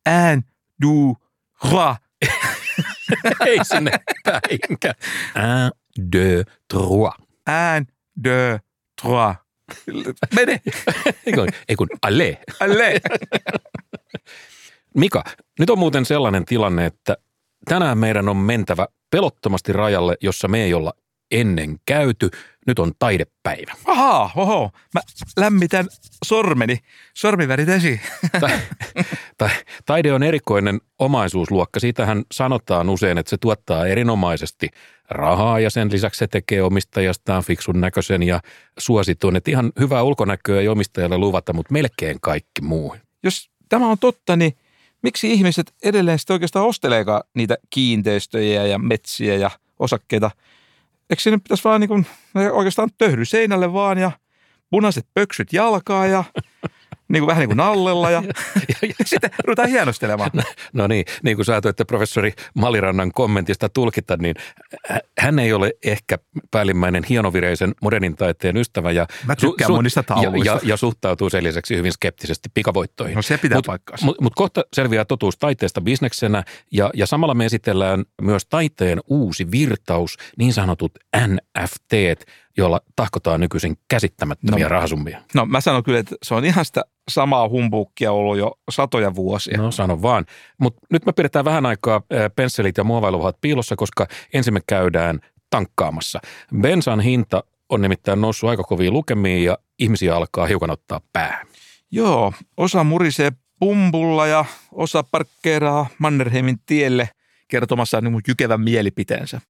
Un, deux, trois. Ei sinne päinkään. Un, deux, trois. Un, deux, trois. Mene. Ei kun, allez. Allez. Mika, nyt on muuten sellainen tilanne, että tänään meidän on mentävä pelottomasti rajalle, jossa me ei olla ennen käyty. Nyt on taidepäivä. Ahaa, oho. Mä lämmitän sormivärit esiin. Taide on erikoinen omaisuusluokka. Siitähän sanotaan usein, että se tuottaa erinomaisesti rahaa ja sen lisäksi se tekee omistajastaan fiksun näköisen ja suositun. Että ihan hyvää ulkonäköä ei omistajalle luvata, mutta melkein kaikki muu. Jos tämä on totta, niin miksi ihmiset edelleen sitten oikeastaan osteleekaan niitä kiinteistöjä ja metsiä ja osakkeita? Eikö sinne pitäisi vaan niin kuin oikeastaan töhdy seinälle vaan ja punaiset pöksyt jalkaa ja niin kuin vähän niin kuin nallella ja sitten ruvetaan hienostelemaan. No niin kuin saatoitte professori Malirannan kommentista tulkita, niin hän ei ole ehkä päällimmäinen hienovireisen modernin taiteen ystävä. Ja mä tykkään monista tauluista. Ja suhtautuu sen lisäksi hyvin skeptisesti pikavoittoihin. No se pitää paikkaansa. Mutta kohta selviää totuus taiteesta bisneksenä ja samalla me esitellään myös taiteen uusi virtaus, niin sanotut NFTt, jolla tahkotaan nykyisin käsittämättömiä rahasummia. No mä sanon kyllä, että se on ihan sitä samaa humbuukkia ollut jo satoja vuosia. No sano vaan. Mutta nyt me pidetään vähän aikaa pensselit ja muovailuvahat piilossa, koska ensin me käydään tankkaamassa. Bensan hinta on nimittäin noussut aika koviin lukemiin ja ihmisiä alkaa hiukan ottaa päähän. Joo, osa murisee pumpulla ja osa parkkeeraa Mannerheimin tielle kertomassa niin jykevän mielipiteensä.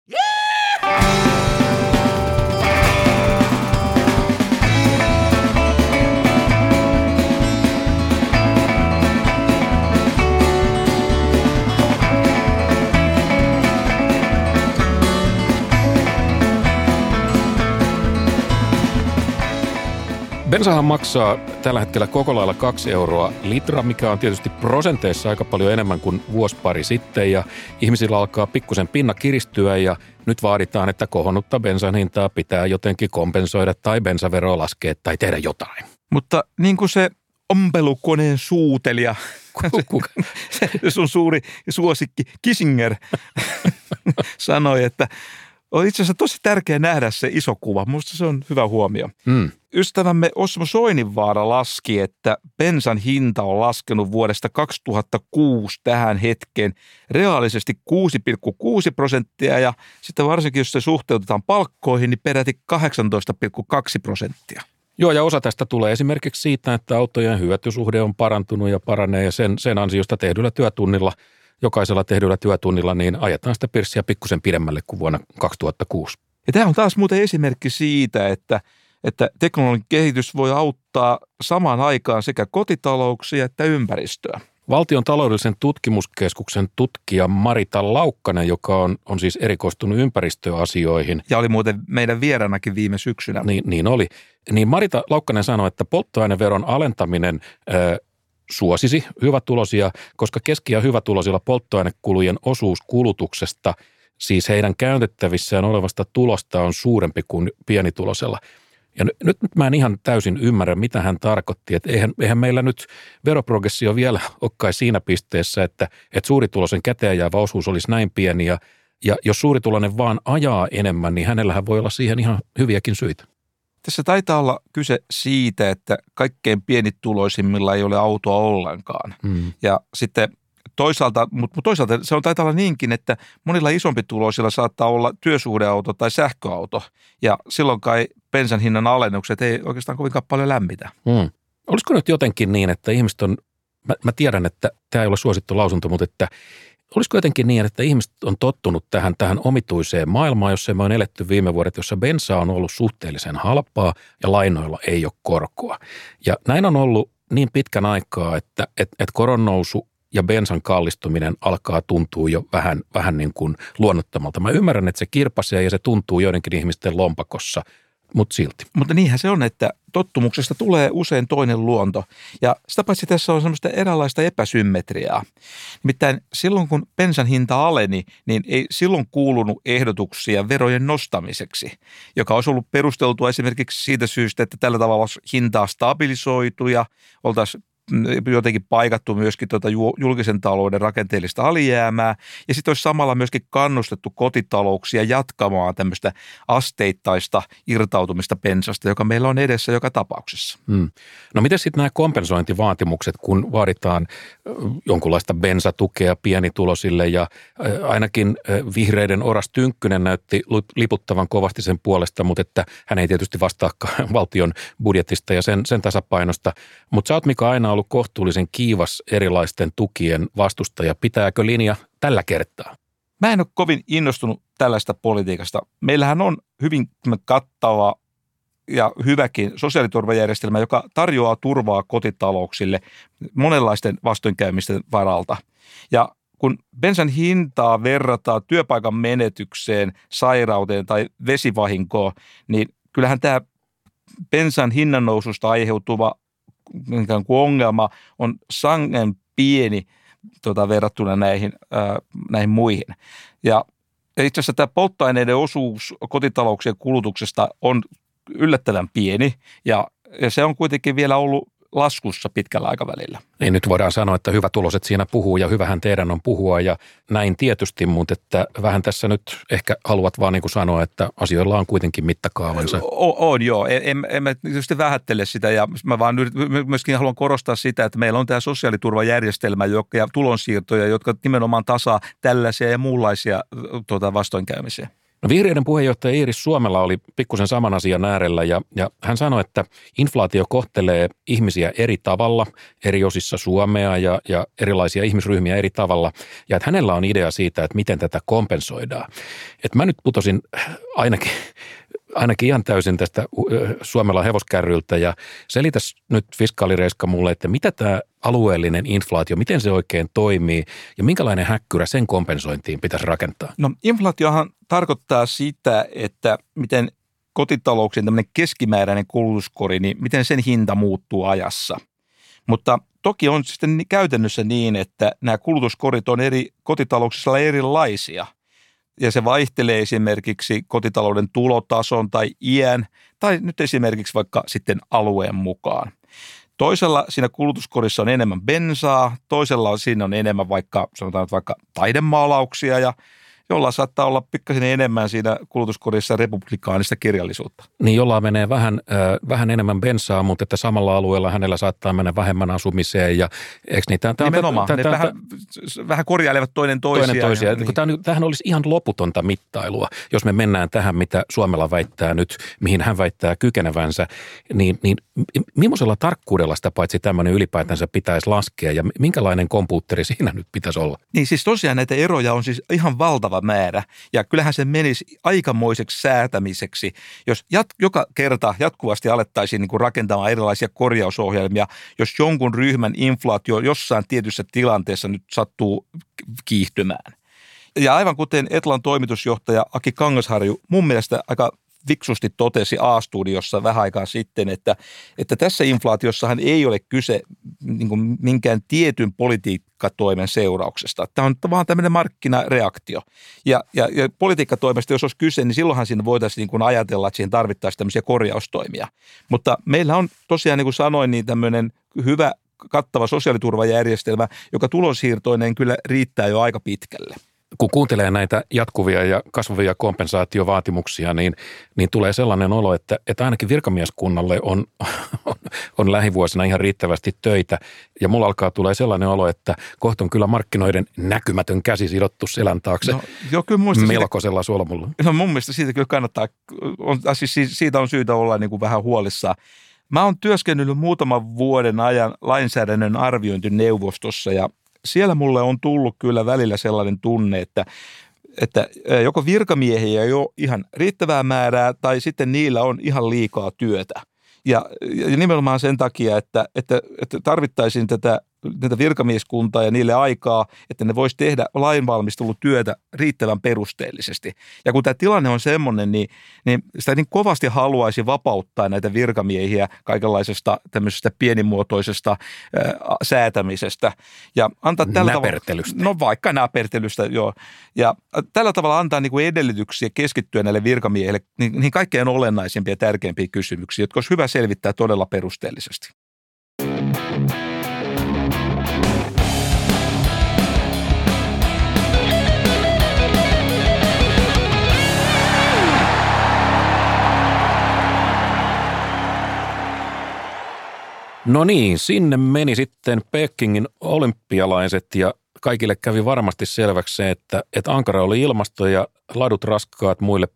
Bensahan maksaa tällä hetkellä koko lailla 2 euroa litra, mikä on tietysti prosenteissa aika paljon enemmän kuin vuosi pari sitten. Ja ihmisillä alkaa pikkusen pinna kiristyä ja nyt vaaditaan, että kohonnutta bensan hintaa pitää jotenkin kompensoida tai bensaveroa laskea tai tehdä jotain. Mutta niin kuin se ompelukoneen suutelija, se sun suuri suosikki Kissinger sanoi, että on itse asiassa tosi tärkeää nähdä se iso kuva. Minusta se on hyvä huomio. Ystävämme Osmo Soininvaara laski, että bensan hinta on laskenut vuodesta 2006 tähän hetkeen reaalisesti 6,6% ja sitten varsinkin, jos se suhteutetaan palkkoihin, niin peräti 18,2%. Joo, ja osa tästä tulee esimerkiksi siitä, että autojen hyötysuhde on parantunut ja paranee ja sen ansiosta tehdyllä työtunnilla, jokaisella tehdyllä työtunnilla, niin ajetaan sitä pirssiä pikkusen pidemmälle kuin vuonna 2006. Ja tämä on taas muuten esimerkki siitä, että teknologinen kehitys voi auttaa samaan aikaan sekä kotitalouksia että ympäristöä. Valtion taloudellisen tutkimuskeskuksen tutkija Marita Laukkanen, joka on siis erikoistunut ympäristöasioihin. Ja oli muuten meidän vieraanakin viime syksynä. Niin oli. Niin Marita Laukkanen sanoi, että polttoaineveron alentaminen suosisi hyvätuloisia, koska keski- ja hyvätuloisilla polttoainekulujen osuus kulutuksesta, siis heidän käytettävissään olevasta tulosta on suurempi kuin pienituloisella. Ja nyt mä en ihan täysin ymmärrä, mitä hän tarkoitti, että eihän meillä nyt veroprogressio vielä ole kai siinä pisteessä, että suurituloisen käteen jäävä osuus olisi näin pieni ja jos suurituloinen vaan ajaa enemmän, niin hänellähän voi olla siihen ihan hyviäkin syitä. Tässä taitaa olla kyse siitä, että kaikkein pienituloisimmilla ei ole autoa ollenkaan. Ja sitten toisaalta se on taitaa olla niinkin, että monilla isompituloisilla saattaa olla työsuhdeauto tai sähköauto. Ja silloin kai bensan hinnan alennukset ei oikeastaan kovinkaan paljon lämmitä. Olisiko nyt jotenkin niin, että ihmiset on, mä tiedän, että tämä ei ole suosittu lausunto, mutta että olisiko jotenkin niin, että ihmiset on tottunut tähän omituiseen maailmaan, jossa me on eletty viime vuodet, jossa bensa on ollut suhteellisen halpaa ja lainoilla ei ole korkoa. Ja näin on ollut niin pitkän aikaa, että koronnousu ja bensan kallistuminen alkaa tuntua jo vähän niin kuin luonnottomalta. Mä ymmärrän, että se kirpasee ja se tuntuu joidenkin ihmisten lompakossa, mutta silti. Mutta niinhän se on, että tottumuksesta tulee usein toinen luonto. Ja sitä paitsi tässä on semmoista eräänlaista epäsymmetriaa. Nimittäin silloin, kun bensan hinta aleni, niin ei silloin kuulunut ehdotuksia verojen nostamiseksi, joka olisi ollut perusteltua esimerkiksi siitä syystä, että tällä tavalla hintaa stabilisoitu ja oltaisiin jotenkin paikattu myöskin julkisen talouden rakenteellista alijäämää ja sitten olisi samalla myöskin kannustettu kotitalouksia jatkamaan tämmöistä asteittaista irtautumista bensasta, joka meillä on edessä joka tapauksessa. No miten sitten nämä kompensointivaatimukset, kun vaaditaan jonkunlaista bensatukea pienituloisille ja ainakin vihreiden Oras Tynkkynen näytti liputtavan kovasti sen puolesta, mutta että hän ei tietysti vastaakaan valtion budjetista ja sen tasapainosta. Mutta sä oot, Mika, aina ollut kohtuullisen kiivas erilaisten tukien vastustaja. Pitääkö linja tällä kertaa? Mä en ole kovin innostunut tällaista politiikasta. Meillähän on hyvin kattava ja hyväkin sosiaaliturvajärjestelmä, joka tarjoaa turvaa kotitalouksille monenlaisten vastoinkäymisten varalta. Ja kun bensan hintaa verrataan työpaikan menetykseen, sairauteen tai vesivahinkoon, niin kyllähän tämä bensan hinnannoususta aiheutuva ongelma on sangen pieni verrattuna näihin muihin. Ja itse asiassa tämä polttoaineiden osuus kotitalouksien kulutuksesta on yllättävän pieni ja se on kuitenkin vielä ollut laskussa pitkällä aikavälillä. Niin nyt voidaan sanoa, että hyvätuloiset siinä puhuu ja hyvähän teidän on puhua ja näin tietysti, mutta että vähän tässä nyt ehkä haluat vaan niin kuin sanoa, että asioilla on kuitenkin mittakaavansa. On joo, en mä tietysti vähättele sitä ja mä vaan myöskin haluan korostaa sitä, että meillä on tämä sosiaaliturvajärjestelmä ja tulonsiirtoja, jotka nimenomaan tasaa tällaisia ja muunlaisia vastoinkäymisiä. No, vihreiden puheenjohtaja Iiris Suomela oli pikkusen saman asian äärellä ja hän sanoi, että inflaatio kohtelee ihmisiä eri tavalla, eri osissa Suomea ja erilaisia ihmisryhmiä eri tavalla. Ja että hänellä on idea siitä, että miten tätä kompensoidaan. Että mä nyt putosin ainakin ihan täysin tästä Suomelan hevoskärryltä ja selitäs nyt fiskaalireiska mulle, että mitä tämä alueellinen inflaatio, miten se oikein toimii ja minkälainen häkkyrä sen kompensointiin pitäisi rakentaa? No inflaatiohan tarkoittaa sitä, että miten kotitalouksien tämmöinen keskimääräinen kulutuskori, niin miten sen hinta muuttuu ajassa. Mutta toki on sitten käytännössä niin, että nämä kulutuskorit on eri kotitalouksissa erilaisia. Ja se vaihtelee esimerkiksi kotitalouden tulotason tai iän tai nyt esimerkiksi vaikka sitten alueen mukaan. Toisella siinä kulutuskorissa on enemmän bensaa, toisella siinä on enemmän vaikka taidemaalauksia ja jolla saattaa olla pikkasen enemmän siinä kulutuskorissa republikaanista kirjallisuutta. Niin, jolla menee vähän enemmän bensaa, mutta että samalla alueella hänellä saattaa mennä vähemmän asumiseen. Ja, eikö niin? Nimenomaan, ne vähän korjailevat toinen toisiaan. Niin. Tämähän olisi ihan loputonta mittailua, jos me mennään tähän, mitä Suomela väittää nyt, mihin hän väittää kykenevänsä, niin millaisella tarkkuudella sitä paitsi tämmöinen ylipäätänsä pitäisi laskea ja minkälainen kompuutteri siinä nyt pitäisi olla? Niin siis tosiaan näitä eroja on siis ihan valtava määrä ja kyllähän se menisi aikamoiseksi säätämiseksi, jos joka kerta jatkuvasti alettaisiin niin kuin rakentamaan erilaisia korjausohjelmia, jos jonkun ryhmän inflaatio jossain tietyssä tilanteessa nyt sattuu kiihtymään. Ja aivan kuten Etlan toimitusjohtaja Aki Kangasharju mun mielestä aika fiksusti totesi A-studiossa vähän aikaa sitten, että tässä inflaatiossahan ei ole kyse niin kuin minkään tietyn politiikkatoimen seurauksesta. Tämä on vaan tämmöinen markkinareaktio. Ja politiikkatoimesta, jos olisi kyse, niin silloinhan siinä voitaisiin niin kuin ajatella, että siihen tarvittaisiin tämmöisiä korjaustoimia. Mutta meillä on tosiaan, niin kuin sanoin, niin tämmöinen hyvä kattava sosiaaliturvajärjestelmä, joka tulonsiirtoinen kyllä riittää jo aika pitkälle. Kun kuuntelee näitä jatkuvia ja kasvavia kompensaatiovaatimuksia, niin tulee sellainen olo, että ainakin virkamieskunnalle on lähivuosina ihan riittävästi töitä. Ja mulla alkaa tulee sellainen olo, että kohta on kyllä markkinoiden näkymätön käsi sidottu selän taakse melkoisella solmulla. No mun mielestä siitä kyllä kannattaa, siitä on syytä olla niin kuin vähän huolissaan. Mä oon työskennellyt muutaman vuoden ajan lainsäädännön arviointineuvostossa ja siellä mulle on tullut kyllä välillä sellainen tunne, että joko virkamiehiä ei ole ihan riittävää määrää tai sitten niillä on ihan liikaa työtä. Ja nimenomaan sen takia, että tarvittaisiin tätä virkamieskuntaa ja niille aikaa, että ne voisi tehdä lainvalmistelutyötä riittävän perusteellisesti. Ja kun tämä tilanne on semmoinen, niin sitä niin kovasti haluaisi vapauttaa näitä virkamiehiä kaikenlaisesta tämmöisestä pienimuotoisesta säätämisestä. Ja antaa tällä näpertelystä. No vaikka näpertelystä, joo. Ja tällä tavalla antaa niin kuin edellytyksiä keskittyä näille virkamiehille niin kaikkein olennaisimpia ja tärkeimpiä kysymyksiä, jotka olisi hyvä selvittää todella perusteellisesti. No niin, sinne meni sitten Pekingin olympialaiset ja kaikille kävi varmasti selväksi se, että ankara oli ilmasto ja ladut raskaat muille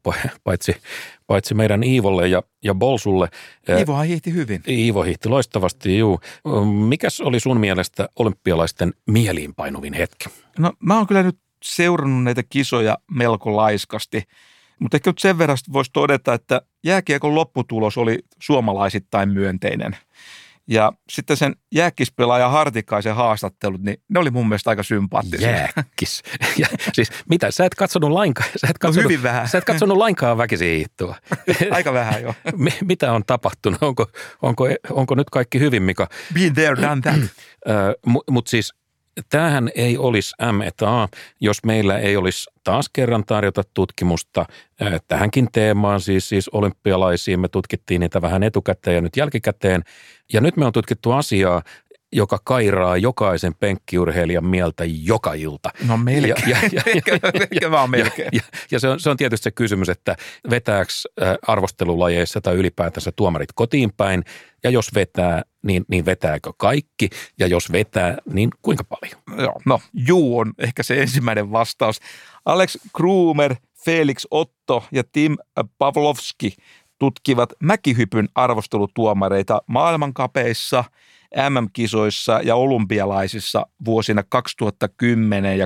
paitsi meidän Iivolle ja Bolsulle. Iivohan hiihti hyvin. Iivo hiihti loistavasti, juu. Mikäs oli sun mielestä olympialaisten mieliinpainuvin hetki? No mä oon kyllä nyt seurannut näitä kisoja melko laiskasti, mutta ehkä nyt sen verran voisi todeta, että jääkiekon lopputulos oli suomalaisittain myönteinen. Ja sitten sen jääkkispelaaja Hartikaisen haastattelut, niin ne oli mun mielestä aika sympaattisia. Jääkkis. Ja, siis mitä, sä et katsonut lainkaan, hyvin vähän. Sä et katsonut lainkaan Väkisinhiihtoa. Aika vähän jo. Mitä on tapahtunut? Onko nyt kaikki hyvin, Mika? Been there, done that. Mutta siis tämähän ei olisi M&A, jos meillä ei olisi taas kerran tarjota tutkimusta tähänkin teemaan, siis olympialaisiin. Me tutkittiin niitä vähän etukäteen ja nyt jälkikäteen. Ja nyt me on tutkittu asiaa, joka kairaa jokaisen penkkiurheilijan mieltä joka ilta. No melkein. Ehkä vaan melkein. Ja se on tietysti se kysymys, että vetääkö arvostelulajeissa tai ylipäätänsä tuomarit kotiin päin. Ja jos vetää, niin vetääkö kaikki? Ja jos vetää, niin kuinka paljon? Joo, no juu on ehkä se ensimmäinen vastaus. Alex Krumer, Felix Otto ja Tim Pavlovski tutkivat mäkihypyn arvostelutuomareita maailmankapeissa, MM-kisoissa ja olympialaisissa vuosina 2010 ja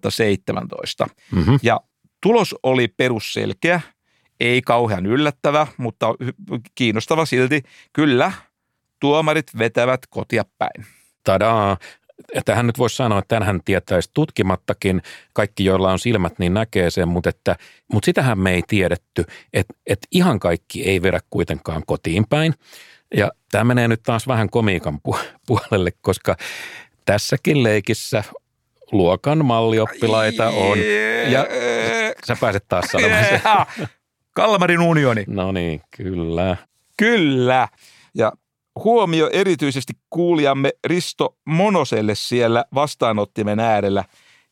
2017. Mm-hmm. Ja tulos oli perusselkeä, ei kauhean yllättävä, mutta kiinnostava silti. Kyllä, tuomarit vetävät kotia päin. Tadaa! Tähän nyt voisi sanoa, että tämänhän tietäisi tutkimattakin. Kaikki, joilla on silmät, niin näkee sen, mutta sitähän me ei tiedetty, että ihan kaikki ei vedä kuitenkaan kotiin päin. Ja tämä menee nyt taas vähän komiikan puolelle, koska tässäkin leikissä luokan mallioppilaita on. Ja sä pääset taas sanomaan sen. Kalmarin unioni. No niin, kyllä. Kyllä. Ja huomio erityisesti kuulijamme Risto Monoselle siellä vastaanottimen äärellä.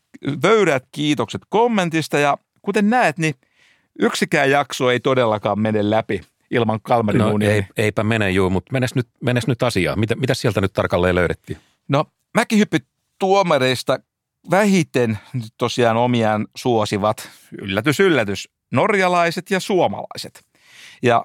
Vöyrät kiitokset kommentista ja kuten näet, niin yksikään jakso ei todellakaan mene läpi ilman Kalmarin unionia. Eipä mene juu, mutta menes nyt asiaan. Mitä sieltä nyt tarkalleen löydettiin? No mäkihyppytuomareista vähiten tosiaan omiaan suosivat, yllätys, yllätys, norjalaiset ja suomalaiset. Ja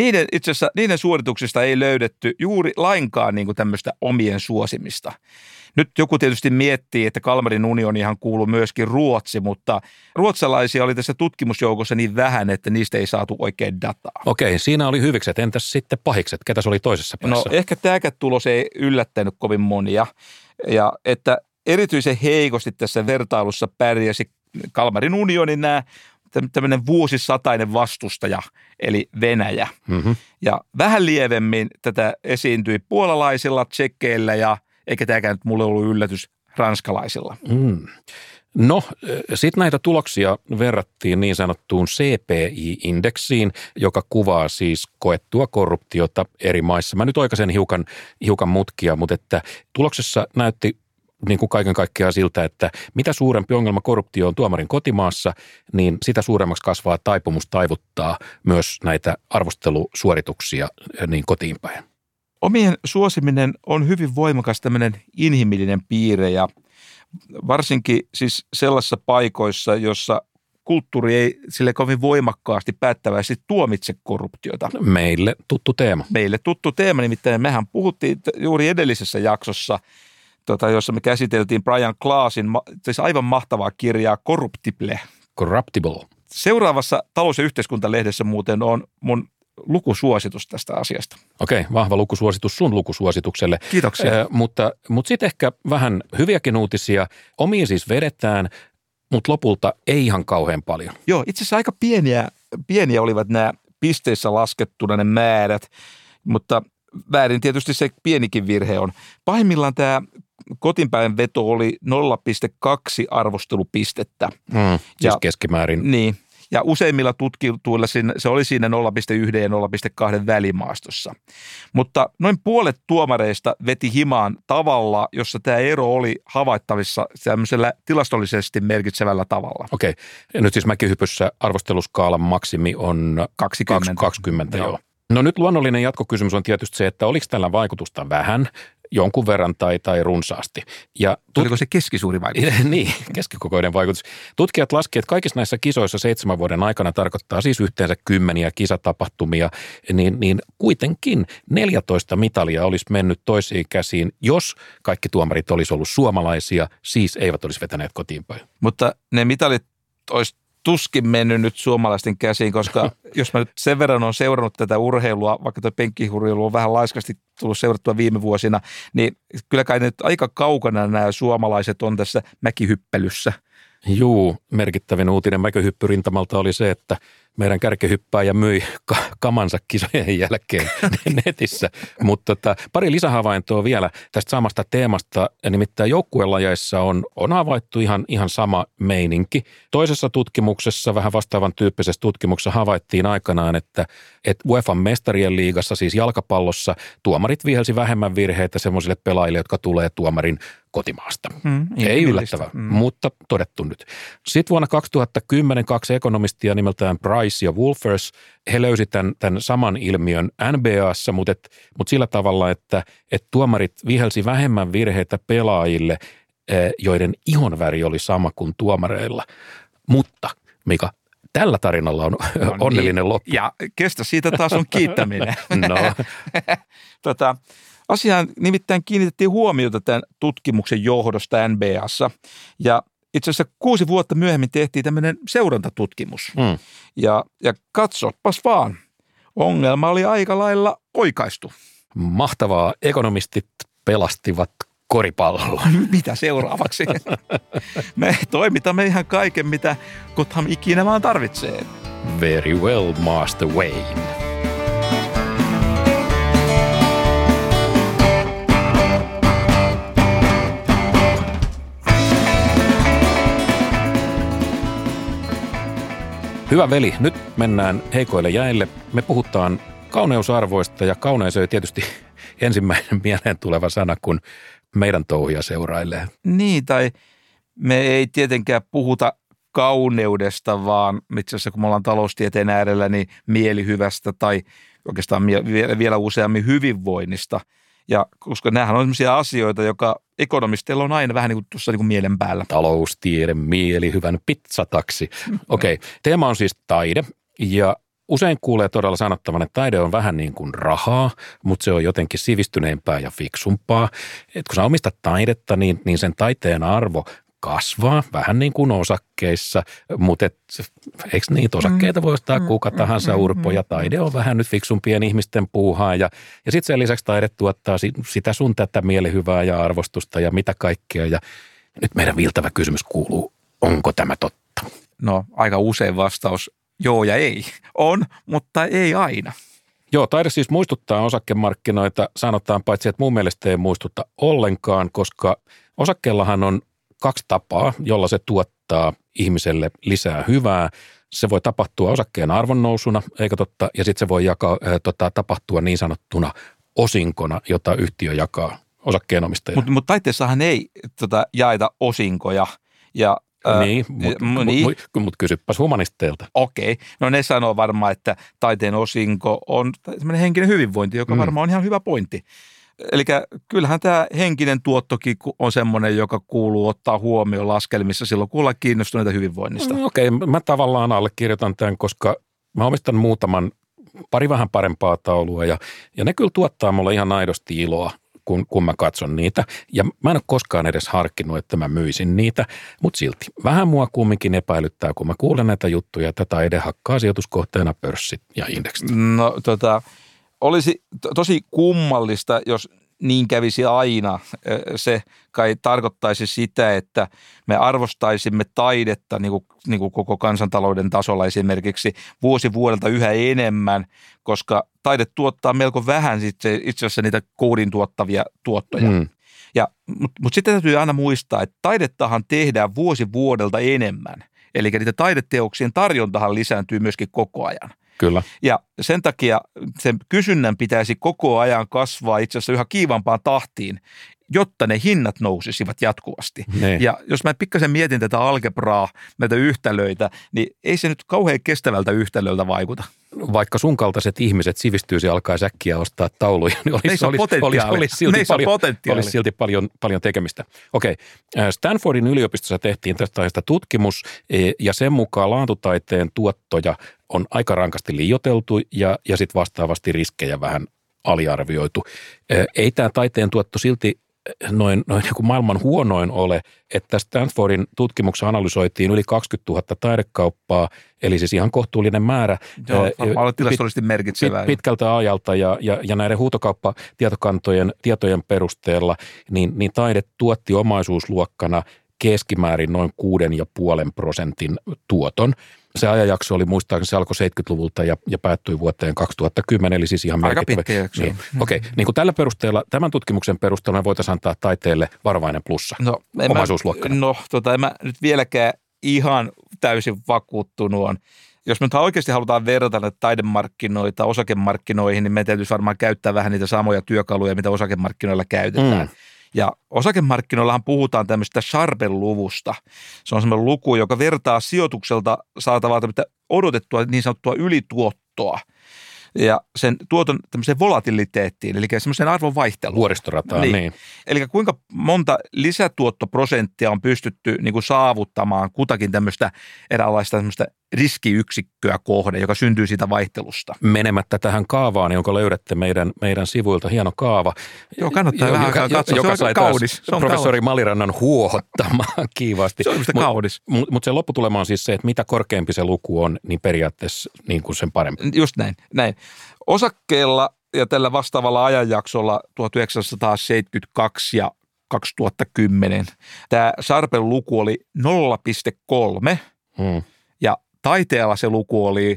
niiden suorituksista ei löydetty juuri lainkaan niin kuin tämmöistä omien suosimista. Nyt joku tietysti miettii, että Kalmarin unionihan kuuluu myöskin Ruotsi, mutta ruotsalaisia oli tässä tutkimusjoukossa niin vähän, että niistä ei saatu oikein dataa. Okei, siinä oli hyvikset. Entäs sitten pahikset? Ketäs oli toisessa päässä? No ehkä tämäkään tulos ei yllättänyt kovin monia. Ja että erityisen heikosti tässä vertailussa pärjäsi Kalmarin unionin nämä tämmöinen vuosisatainen vastustaja, eli Venäjä. Mm-hmm. Ja vähän lievemmin tätä esiintyi puolalaisilla, tsekkeillä ja eikä tämäkään nyt mulle ollut yllätys ranskalaisilla. Mm. No, sitten näitä tuloksia verrattiin niin sanottuun CPI-indeksiin, joka kuvaa siis koettua korruptiota eri maissa. Mä nyt oikaisen hiukan mutkia, mutta että tuloksessa näytti niin kuin kaiken kaikkiaan siltä, että mitä suurempi ongelma korruptio on tuomarin kotimaassa, niin sitä suuremmaksi kasvaa taipumus taivuttaa myös näitä arvostelusuorituksia niin kotiin päin. Omien suosiminen on hyvin voimakas tämmöinen inhimillinen piirre ja varsinkin siis sellaisissa paikoissa, jossa kulttuuri ei sille kovin voimakkaasti päättävästi tuomitse korruptiota. Meille tuttu teema. Meille tuttu teema, nimittäin mehän puhuttiin juuri edellisessä jaksossa, jossa me käsiteltiin Brian Classin siis aivan mahtavaa kirjaa Corruptible. Seuraavassa talous- ja yhteiskuntalehdessä muuten on mun lukusuositus tästä asiasta. Okei, vahva lukusuositus sun lukusuositukselle. Kiitoksia. Mutta sitten ehkä vähän hyviäkin uutisia. Omiin siis vedetään, mutta lopulta ei ihan kauhean paljon. Joo, itse asiassa aika pieniä olivat nämä pisteissä laskettuna ne määrät, mutta väärin tietysti se pienikin virhe on. Pahimmillaan tämä kotiinpäin veto oli 0,2 arvostelupistettä. Siis keskimäärin. Niin. Ja useimmilla tutkituilla se oli siinä 0,1 ja 0,2 välimaastossa. Mutta noin puolet tuomareista veti himaan tavalla, jossa tämä ero oli havaittavissa tämmöisellä tilastollisesti merkitsevällä tavalla. Okei. Ja nyt siis mäkihypyssä arvosteluskaalan maksimi on 20. Joo. No nyt luonnollinen jatkokysymys on tietysti se, että oliko tällä vaikutusta vähän, jonkun verran tai runsaasti. Ja oliko se keskisuuri vaikutus? Niin, keskikokoinen vaikutus. Tutkijat laskivat, että kaikissa näissä kisoissa 7 vuoden aikana tarkoittaa siis yhteensä 10 kisatapahtumia, niin kuitenkin 14 mitalia olisi mennyt toisiin käsiin, jos kaikki tuomarit olisi ollut suomalaisia, siis eivät olisi vetäneet kotiin päin. Mutta ne mitalit olisi tuskin mennyt nyt suomalaisten käsiin, koska jos mä nyt sen verran olen seurannut tätä urheilua, vaikka tuo penkkihurjailu on vähän laiskasti tullut seurattua viime vuosina, niin kyllä kai nyt aika kaukana nämä suomalaiset on tässä mäkihyppelyssä. Juu, merkittävin uutinen mäkihyppyrintamalta oli se, että meidän kärkihyppääjä myi kamansa kisojen jälkeen netissä. Mutta pari lisähavaintoa vielä tästä samasta teemasta, nimittäin joukkuelajeissa on havaittu ihan sama meininki. Toisessa tutkimuksessa, vähän vastaavan tyyppisessä tutkimuksessa havaittiin aikanaan, että UEFAn mestarien liigassa, siis jalkapallossa, tuomarit vihelsi vähemmän virheitä semmoisille pelaajille, jotka tulee tuomarin kotimaasta. Ei yllättävää, mutta todettu nyt. Sitten vuonna 2010 2 ekonomistia nimeltään Price ja Wolfers, he löysi tämän saman ilmiön NBAssa, mutta sillä tavalla, että tuomarit vihelsi vähemmän virheitä pelaajille, joiden ihonväri oli sama kuin tuomareilla. Mutta Mika, tällä tarinalla on onnellinen loppu. Ja kestä siitä taas on kiittäminen. No. Asiaan nimittäin kiinnitettiin huomiota tämän tutkimuksen johdosta NBAssa ja itse asiassa 6 vuotta myöhemmin tehtiin tämmöinen seurantatutkimus. Ja katsopas vaan, ongelma oli aika lailla oikaistu. Mahtavaa, ekonomistit pelastivat koripalloa. Mitä seuraavaksi? Me toimitamme ihan kaiken, mitä Gotham ikinä vaan tarvitsee. Very well, Master Wayne. Hyvä veli, nyt mennään heikoille jäille. Me puhutaan kauneusarvoista ja kauneus on tietysti ensimmäinen mieleen tuleva sana, kun meidän touhia seurailee. Niin, tai me ei tietenkään puhuta kauneudesta, vaan itse asiassa kun me ollaan taloustieteen äärellä, niin mielihyvästä tai oikeastaan vielä useammin hyvinvoinnista. Ja koska nämähän on sellaisia asioita, joka ekonomisteilla on aina vähän niin kuin tuossa niin kuin mielen päällä. Taloustiede, mielihyvän pizzataksi. Okei, teema on siis taide ja usein kuulee todella sanottavan, että taide on vähän niin kuin rahaa, mutta se on jotenkin sivistyneempää ja fiksumpaa. Et kun sä omistat taidetta, niin sen taiteen arvo kasvaa vähän niin kuin osakkeissa, mutta eikö niitä osakkeita voi ostaa kuka tahansa urpo ja taide on vähän nyt fiksumpien ihmisten puuhaa ja sitten sen lisäksi taide tuottaa sitä sun tätä mielihyvää ja arvostusta ja mitä kaikkea ja nyt meidän viiltävä kysymys kuuluu, onko tämä totta? No aika usein vastaus joo ja ei. On, mutta ei aina. Joo, taide siis muistuttaa osakemarkkinoita, sanotaan paitsi, että mun mielestä ei muistuta ollenkaan, koska osakkeellahan on 2 tapaa, jolla se tuottaa ihmiselle lisää hyvää. Se voi tapahtua osakkeen arvonnousuna, eikö totta? Ja sitten se voi tapahtua niin sanottuna osinkona, jota yhtiö jakaa osakkeenomistajille. Mutta taiteessahan ei jaeta osinkoja. Niin, mutta kysypäs humanisteilta. Okei, no ne sanoo varmaan, että taiteen osinko on sellainen henkinen hyvinvointi, joka varmaan on ihan hyvä pointti. Eli kyllähän tämä henkinen tuottokin on semmoinen, joka kuuluu ottaa huomioon laskelmissa silloin, kun ollaan kiinnostuneita hyvinvoinnista. Okei, mä tavallaan allekirjoitan tämän, koska mä omistan pari vähän parempaa taulua ja ne kyllä tuottaa mulle ihan aidosti iloa, kun mä katson niitä. Ja mä en ole koskaan edes harkinnut, että mä myisin niitä, mutta silti vähän mua kumminkin epäilyttää, kun mä kuulen näitä juttuja, että taide hakkaa sijoituskohteena pörssit ja indeksit. No olisi tosi kummallista, jos niin kävisi aina. Se kai tarkoittaisi sitä, että me arvostaisimme taidetta niin kuin koko kansantalouden tasolla esimerkiksi vuosi vuodelta yhä enemmän, koska taide tuottaa melko vähän itse asiassa niitä koodin tuottavia tuottoja. Mutta sitten täytyy aina muistaa, että taidettahan tehdään vuosi vuodelta enemmän. Eli niitä taideteoksien tarjontahan lisääntyy myöskin koko ajan. Kyllä. Ja sen takia sen kysynnän pitäisi koko ajan kasvaa itse asiassa yhä kiivampaan tahtiin, jotta ne hinnat nousisivat jatkuvasti. Ne. Ja jos mä pikkasen mietin tätä algebraa, näitä yhtälöitä, niin ei se nyt kauhean kestävältä yhtälöltä vaikuta. Vaikka sun kaltaiset ihmiset sivistyisi ja alkaa äkkiä ostaa tauluja, niin olisi silti paljon tekemistä. Okei. Stanfordin yliopistossa tehtiin tästä aiheesta tutkimus ja sen mukaan laatutaiteen tuottoja on aika rankasti liioiteltu ja sitten vastaavasti riskejä vähän aliarvioitu. Ei tämä taiteen tuotto silti noin niin kuin maailman huonoin ole, että Stanfordin tutkimuksessa analysoitiin yli 20 000 taidekauppaa, eli siis ihan kohtuullinen määrä. Joo, varmaan tilastollisesti merkitsevää. Pitkältä ajalta ja näiden huutokauppatietokantojen tietojen perusteella, niin taide tuotti omaisuusluokkana keskimäärin noin 6,5% tuoton. Se ajanjakso oli muistaakseni, se alkoi 70-luvulta ja päättyi vuoteen 2010, eli siis ihan merkittävä. Aika pitkä jakso. Niin. Okei, niin kuin tällä perusteella, tämän tutkimuksen perusteella me voitaisiin antaa taiteelle varovainen plussa omaisuusluokkana. En mä nyt vieläkään ihan täysin vakuuttunut on. Jos me oikeasti halutaan verrata näitä taidemarkkinoita osakemarkkinoihin, niin me täytyisi varmaan käyttää vähän niitä samoja työkaluja, mitä osakemarkkinoilla käytetään. Ja osakemarkkinoillahan puhutaan tämmöistä Sharpen-luvusta. Se on semmoinen luku, joka vertaa sijoitukselta saatavaa odotettua niin sanottua ylituottoa ja sen tuoton tämmöiseen volatiliteettiin, eli semmoisen arvon vaihteluun. Vuoristorataan, niin. Eli kuinka monta lisätuottoprosenttia on pystytty niin kuin saavuttamaan kutakin tämmöistä eräänlaista tämmöistä riskiyksikköä kohde, joka syntyy siitä vaihtelusta. Menemättä tähän kaavaan, jonka löydätte meidän sivuilta, hieno kaava. Joo, kannattaa vähän katsoa. Joka se on kaunis. Professori Malirannan huohottamaan kiivaasti. Se on minusta kaunis. Mutta se lopputulema on siis se, että mitä korkeampi se luku on, niin periaatteessa niin kuin sen parempi. Just näin. Osakkeella ja tällä vastaavalla ajanjaksolla 1972 ja 2010 tämä Sharpen luku oli 0,3 ja taiteella se luku oli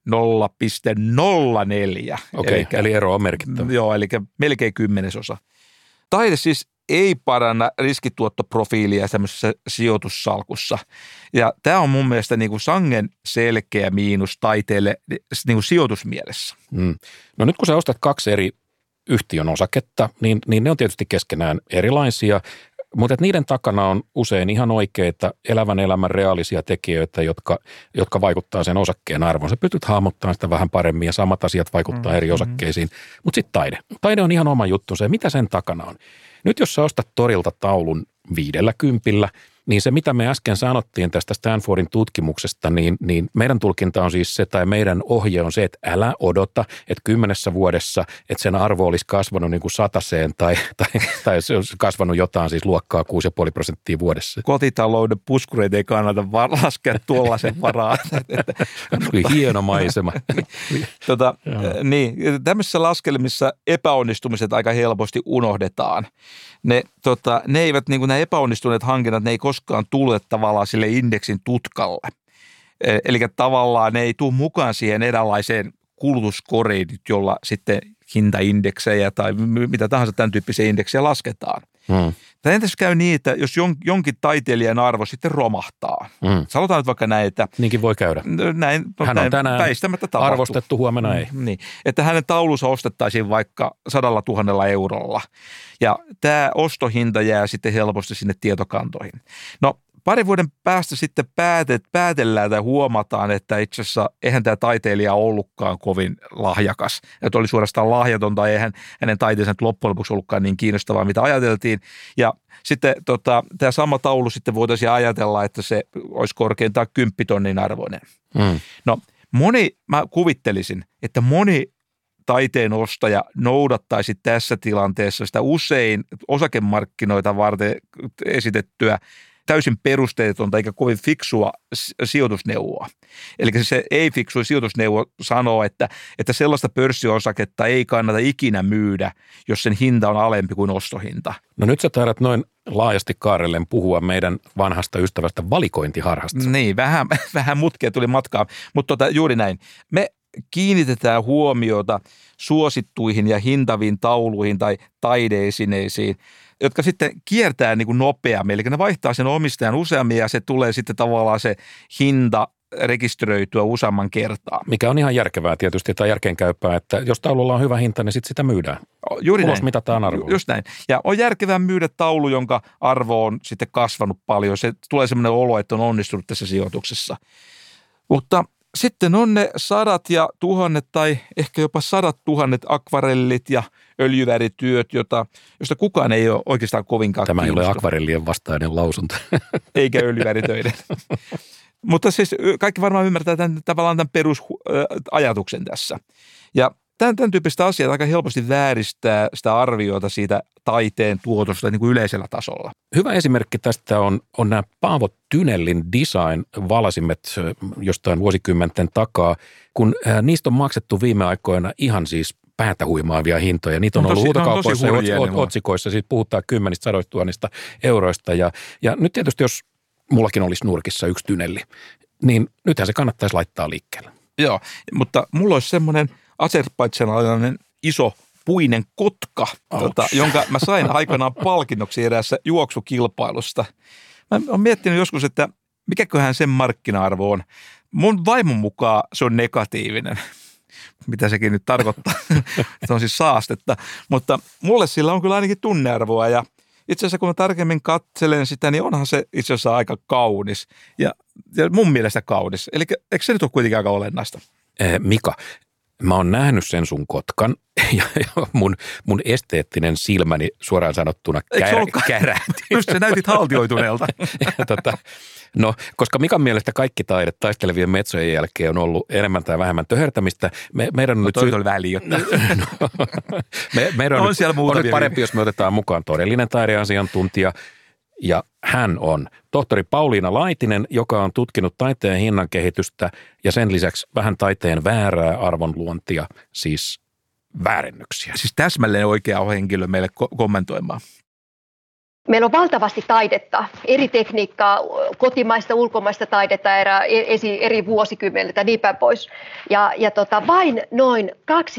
0,04. Okei, eli ero on merkittävä. Joo, eli melkein 10%. Taide siis ei paranna riskituottoprofiilia tämmöisessä sijoitussalkussa. Ja tämä on mun mielestä niin kuin sangen selkeä miinus taiteelle niin kuin sijoitusmielessä. No nyt kun sä ostat 2 eri yhtiön osaketta, niin ne on tietysti keskenään erilaisia, mutta niiden takana on usein ihan oikeita elävän elämän reaalisia tekijöitä, jotka vaikuttaa sen osakkeen arvoon. Sä pystyt hahmottamaan sitä vähän paremmin ja samat asiat vaikuttaa eri osakkeisiin. Mutta sitten taide. Taide on ihan oma juttunsa ja mitä sen takana on? Nyt jos sä ostat torilta taulun 50, niin se mitä me äsken sanottiin tästä Stanfordin tutkimuksesta, niin meidän tulkinta on siis se, tai meidän ohje on se, että älä odota, että 10 vuodessa, että sen arvo olisi kasvanut niin kuin 100-seen tai se olisi kasvanut jotain siis luokkaa 6,5% vuodessa. Kotitalouden puskureita ei kannata laskea tuollaisen varaan. Hieno maisema. Niin, tämmöisissä laskelmissa epäonnistumiset aika helposti unohdetaan. Ne eivät, niin kuin nämä epäonnistuneet hankinnat, ne ei koskaan tule tavallaan sille indeksin tutkalle. Eli tavallaan ne ei tule mukaan siihen eräänlaiseen kulutuskoriin, jolla sitten hintaindeksejä tai mitä tahansa tämän tyyppisiä indeksejä lasketaan. Tai entäs käy niin, että jos jonkin taiteilijan arvo sitten romahtaa. Sanotaan nyt vaikka näin, että... Niinkin voi käydä. Hän on tänään arvostettu, huomenna ei. Niin, että hänen taulunsa ostettaisiin vaikka 100 000 eurolla. Ja tämä ostohinta jää sitten helposti sinne tietokantoihin. No, parin vuoden päästä sitten päätellään tai huomataan, että itse asiassa eihän tämä taiteilija ollutkaan kovin lahjakas. Että oli suorastaan lahjaton tai eihän hänen taiteensa loppujen lopuksi ollutkaan niin kiinnostavaa, mitä ajateltiin. Ja sitten tämä sama taulu sitten voitaisiin ajatella, että se olisi korkeintaan 10 000 arvoinen. No mä kuvittelisin, että moni taiteen ostaja noudattaisi tässä tilanteessa sitä usein osakemarkkinoita varten esitettyä täysin perusteetonta eikä kovin fiksua sijoitusneuvoa. Eli se ei-fiksu sijoitusneuvo sanoo, että sellaista pörssiosaketta ei kannata ikinä myydä, jos sen hinta on alempi kuin ostohinta. No nyt sä taidat noin laajasti kaarellen puhua meidän vanhasta ystävästä valikointiharhasta. Niin, vähän mutkia tuli matkaan, mutta juuri näin. Me kiinnitetään huomiota suosittuihin ja hintaviin tauluihin tai taideesineisiin, jotka sitten kiertää niin kuin nopeammin. Eli ne vaihtaa sen omistajan useammin ja se tulee sitten tavallaan se hinta rekisteröityä useamman kertaa. Mikä on ihan järkevää tietysti tai järkeenkäypää, että jos taululla on hyvä hinta, niin sitten sitä myydään. Juuri ulos näin. Mitataan arvoa. Just näin. Ja on järkevää myydä taulu, jonka arvo on sitten kasvanut paljon. Se tulee sellainen olo, että on onnistunut tässä sijoituksessa. Mutta sitten on ne sadat ja tuhannet tai ehkä jopa 100 000 akvarellit ja öljyvärityöt, josta kukaan ei ole oikeastaan kovinkaan Tämä kiinnostunut. ei ole akvarellien vastainen lausunto. Eikä öljyväritöiden. Mutta siis kaikki varmaan ymmärtää tavallaan tämän perusajatuksen tässä. Ja tämän tyyppistä asiaa aika helposti vääristää sitä arviota siitä taiteen tuotosta niin kuin yleisellä tasolla. Hyvä esimerkki tästä on nämä Paavo Tynellin design-valasimet jostain vuosikymmenten takaa, kun niistä on maksettu viime aikoina ihan siis päätä huimaavia hintoja. Niitä on ollut huutokaupoissa ja otsikoissa, siitä puhutaan 10 000 tuhansista euroista. Ja nyt tietysti, jos mullakin olisi nurkissa yksi Tynelli, niin nythän se kannattaisi laittaa liikkeelle. Joo, mutta mulla olisi semmoinen azerbaidžanilainen iso puinen kotka, jonka mä sain aikanaan palkinnoksi eräässä juoksukilpailusta. Mä oon miettinyt joskus, että mikäköhän sen markkina-arvo on. Mun vaimon mukaan se on negatiivinen. Mitä sekin nyt tarkoittaa. Se on siis saastetta. Mutta mulle sillä on kyllä ainakin tunnearvoa ja itse asiassa kun mä tarkemmin katselen sitä, niin onhan se itse asiassa aika kaunis ja mun mielestä kaunis. Eli eikö se nyt ole kuitenkin aika olennaista? Mika, mä oon nähnyt sen sun kotkan ja mun esteettinen silmäni suoraan sanottuna kärähti. Just sä näytit haltioituneelta. No, koska Mikan mielestä kaikki taide taistelevien metsojen jälkeen on ollut enemmän tai vähemmän töhertämistä. Meidän on nyt oli välijotta. Meidän on nyt parempi, jos me otetaan mukaan todellinen taideasiantuntija. Ja hän on tohtori Pauliina Laitinen, joka on tutkinut taiteen hinnan kehitystä ja sen lisäksi vähän taiteen väärää arvonluontia, siis väärennyksiä. Siis täsmälleen oikea henkilö meille kommentoimaan. Meillä on valtavasti taidetta, eri tekniikkaa, kotimaista, ulkomaista taidetta eri vuosikymmeniltä, niin päin pois. Ja vain noin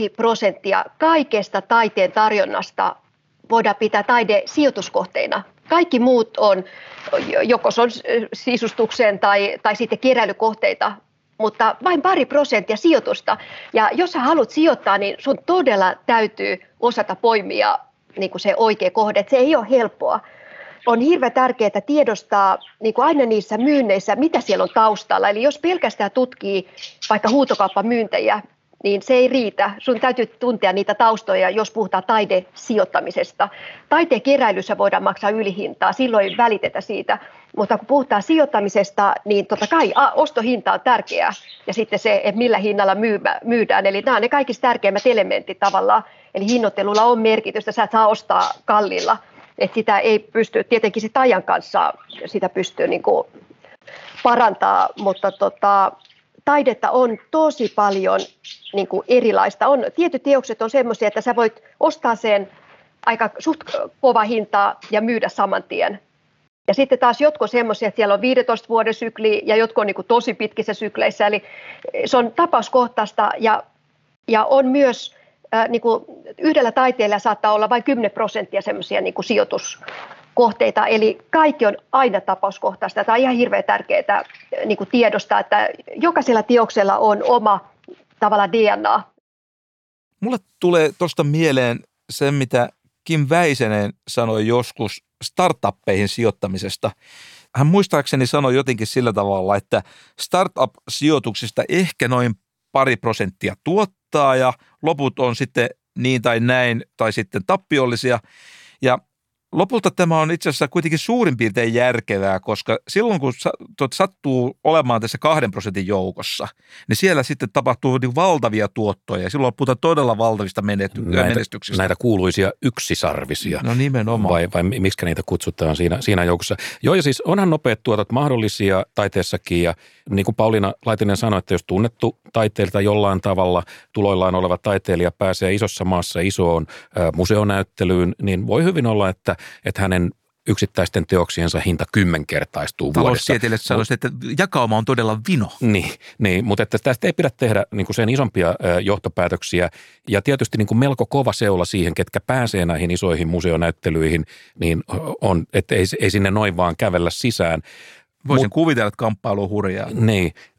2% kaikesta taiteen tarjonnasta voidaan pitää taidesijoituskohteina. Kaikki muut on, joko se on sisustukseen tai sitten keräilykohteita, mutta vain 2% sijoitusta. Ja jos sä haluat sijoittaa, niin sun todella täytyy osata poimia niin kuin se oikea kohde. Se ei ole helppoa. On hirveän tärkeää tiedostaa niin kuin aina niissä myynneissä, mitä siellä on taustalla. Eli jos pelkästään tutkii vaikka huutokauppamyyntejä, niin se ei riitä. Sun täytyy tuntea niitä taustoja, jos puhutaan taidesijoittamisesta. Taiteen keräilyssä voidaan maksaa ylihintaa, silloin ei välitetä siitä. Mutta kun puhutaan sijoittamisesta, niin totta kai ostohinta on tärkeää ja sitten se, että millä hinnalla myydään. Eli nämä on ne kaikista tärkeimmät elementit tavallaan. Eli hinnoittelulla on merkitystä, sä et saa ostaa kalliilla. Että sitä ei pysty, tietenkin sit ajan kanssa sitä pystyy niin kuin parantaa, mutta taidetta on tosi paljon niin kuin erilaista. Tietyt teokset on semmoisia, että sä voit ostaa sen aika suht kova hintaa ja myydä saman tien. Ja sitten taas jotkut semmoisia, että siellä on 15 vuoden sykli ja jotkut on niin kuin tosi pitkissä sykleissä. Eli se on tapauskohtaista ja on myös niin kuin yhdellä taiteilijalla saattaa olla vain 10% semmoisia niin kuin sijoituskohteita. Eli kaikki on aina tapauskohtaista. Tämä on ihan hirveän tärkeää niin kuin tiedostaa, että jokaisella teoksella on oma tavallaan DNA. Mulle tulee tuosta mieleen se, mitä Kim Väisänen sanoi joskus startuppeihin sijoittamisesta. Hän muistaakseni sanoi jotenkin sillä tavalla, että startup-sijoituksista ehkä noin 2% tuottaa ja loput on sitten niin tai näin tai sitten tappiollisia. Ja lopulta tämä on itse asiassa kuitenkin suurin piirtein järkevää, koska silloin kun sattuu olemaan tässä 2% joukossa, niin siellä sitten tapahtuu niin valtavia tuottoja ja silloin puhutaan todella valtavista menestyksistä. Näitä kuuluisia yksisarvisia. No nimenomaan. Vai miksi niitä kutsutaan siinä joukossa. Joo, ja siis onhan nopeat tuotot mahdollisia taiteessakin ja niin kuin Pauliina Laitinen sanoi, että jos tunnettu taiteilta jollain tavalla tuloillaan oleva taiteilija pääsee isossa maassa isoon museonäyttelyyn, niin voi hyvin olla, että hänen yksittäisten teoksiensa hinta 10-kertaistuu vuodessa. Taloustieteilijät sanoisivat, että jakauma on todella vino. Niin, mutta että tästä ei pidä tehdä niin kuin sen isompia johtopäätöksiä. Ja tietysti niin kuin melko kova seula siihen, ketkä pääsee näihin isoihin museonäyttelyihin, niin on, että ei sinne noin vaan kävellä sisään. Voisin kuvitella, että kamppailu on hurjaa. Niin,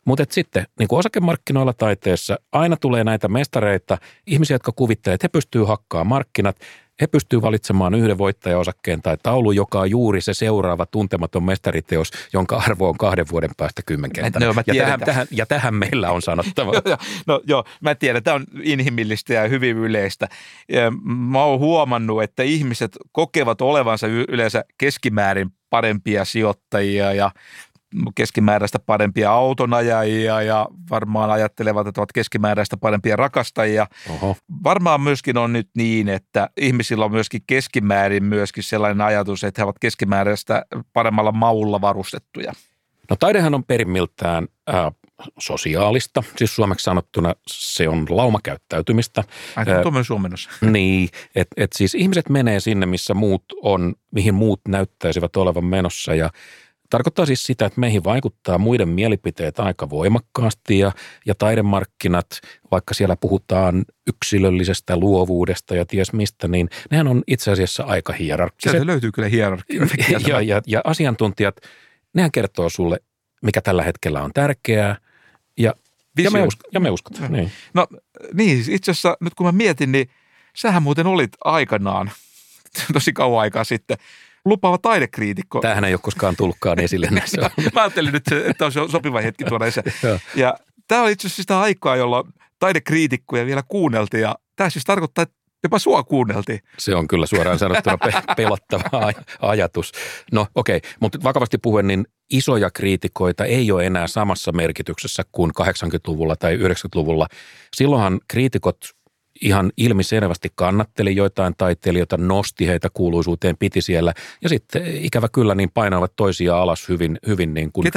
Mutta sitten niin kuin osakemarkkinoilla taiteessa aina tulee näitä mestareita, ihmisiä, jotka kuvittelee, että he pystyvät hakkaamaan markkinat, he pystyvät valitsemaan yhden voittajaosakkeen tai taulun, joka on juuri se seuraava tuntematon mestariteos, jonka arvo on 2 vuoden päästä 10-kertainen. Ja tähän meillä on sanottava. No joo, mä tiedän, tämä on inhimillistä ja hyvin yleistä. Mä oon huomannut, että ihmiset kokevat olevansa yleensä keskimäärin parempia sijoittajia ja keskimääräistä parempia autonajajia ja varmaan ajattelevat, että ovat keskimääräistä parempia rakastajia. Oho. Varmaan myöskin on nyt niin, että ihmisillä on myöskin keskimäärin myöskin sellainen ajatus, että he ovat keskimääräistä paremmalla maulla varustettuja. No taidehan on perimmiltään sosiaalista, siis suomeksi sanottuna se on laumakäyttäytymistä. Tuommoinen suomennossa. Niin, että siis ihmiset menee sinne, missä muut on, mihin muut näyttäisivät olevan menossa ja tarkoittaa siis sitä, että meihin vaikuttaa muiden mielipiteet aika voimakkaasti ja taidemarkkinat, vaikka siellä puhutaan yksilöllisestä luovuudesta ja ties mistä, niin nehän on itse asiassa aika hierarkkiset. Sieltä löytyy kyllä hierarkia. Ja asiantuntijat, nehän kertoo sulle, mikä tällä hetkellä on tärkeää ja me uskotaan. Niin. No niin, itse asiassa nyt kun mä mietin, niin sähän muuten olit aikanaan, tosi kauan aikaa sitten, lupaava taidekriitikko. Tämähän ei ole koskaan tullutkaan esille näissä. Mä ajattelin nyt, että on sopiva hetki tuoda esille. Ja tämä oli itse asiassa sitä aikaa, jolloin taidekriitikkoja vielä kuunneltiin ja tämä siis tarkoittaa, että jopa sua kuunneltiin. Se on kyllä suoraan sanottuna pelottava ajatus. No okei, mutta vakavasti puhuen, niin isoja kriitikoita ei ole enää samassa merkityksessä kuin 80-luvulla tai 90-luvulla. Silloinhan kriitikot ihan ilmiselvästi kannatteli joitain taiteilijoita, nosti heitä kuuluisuuteen, piti siellä ja sitten ikävä kyllä niin painavat toisia alas hyvin niin kuin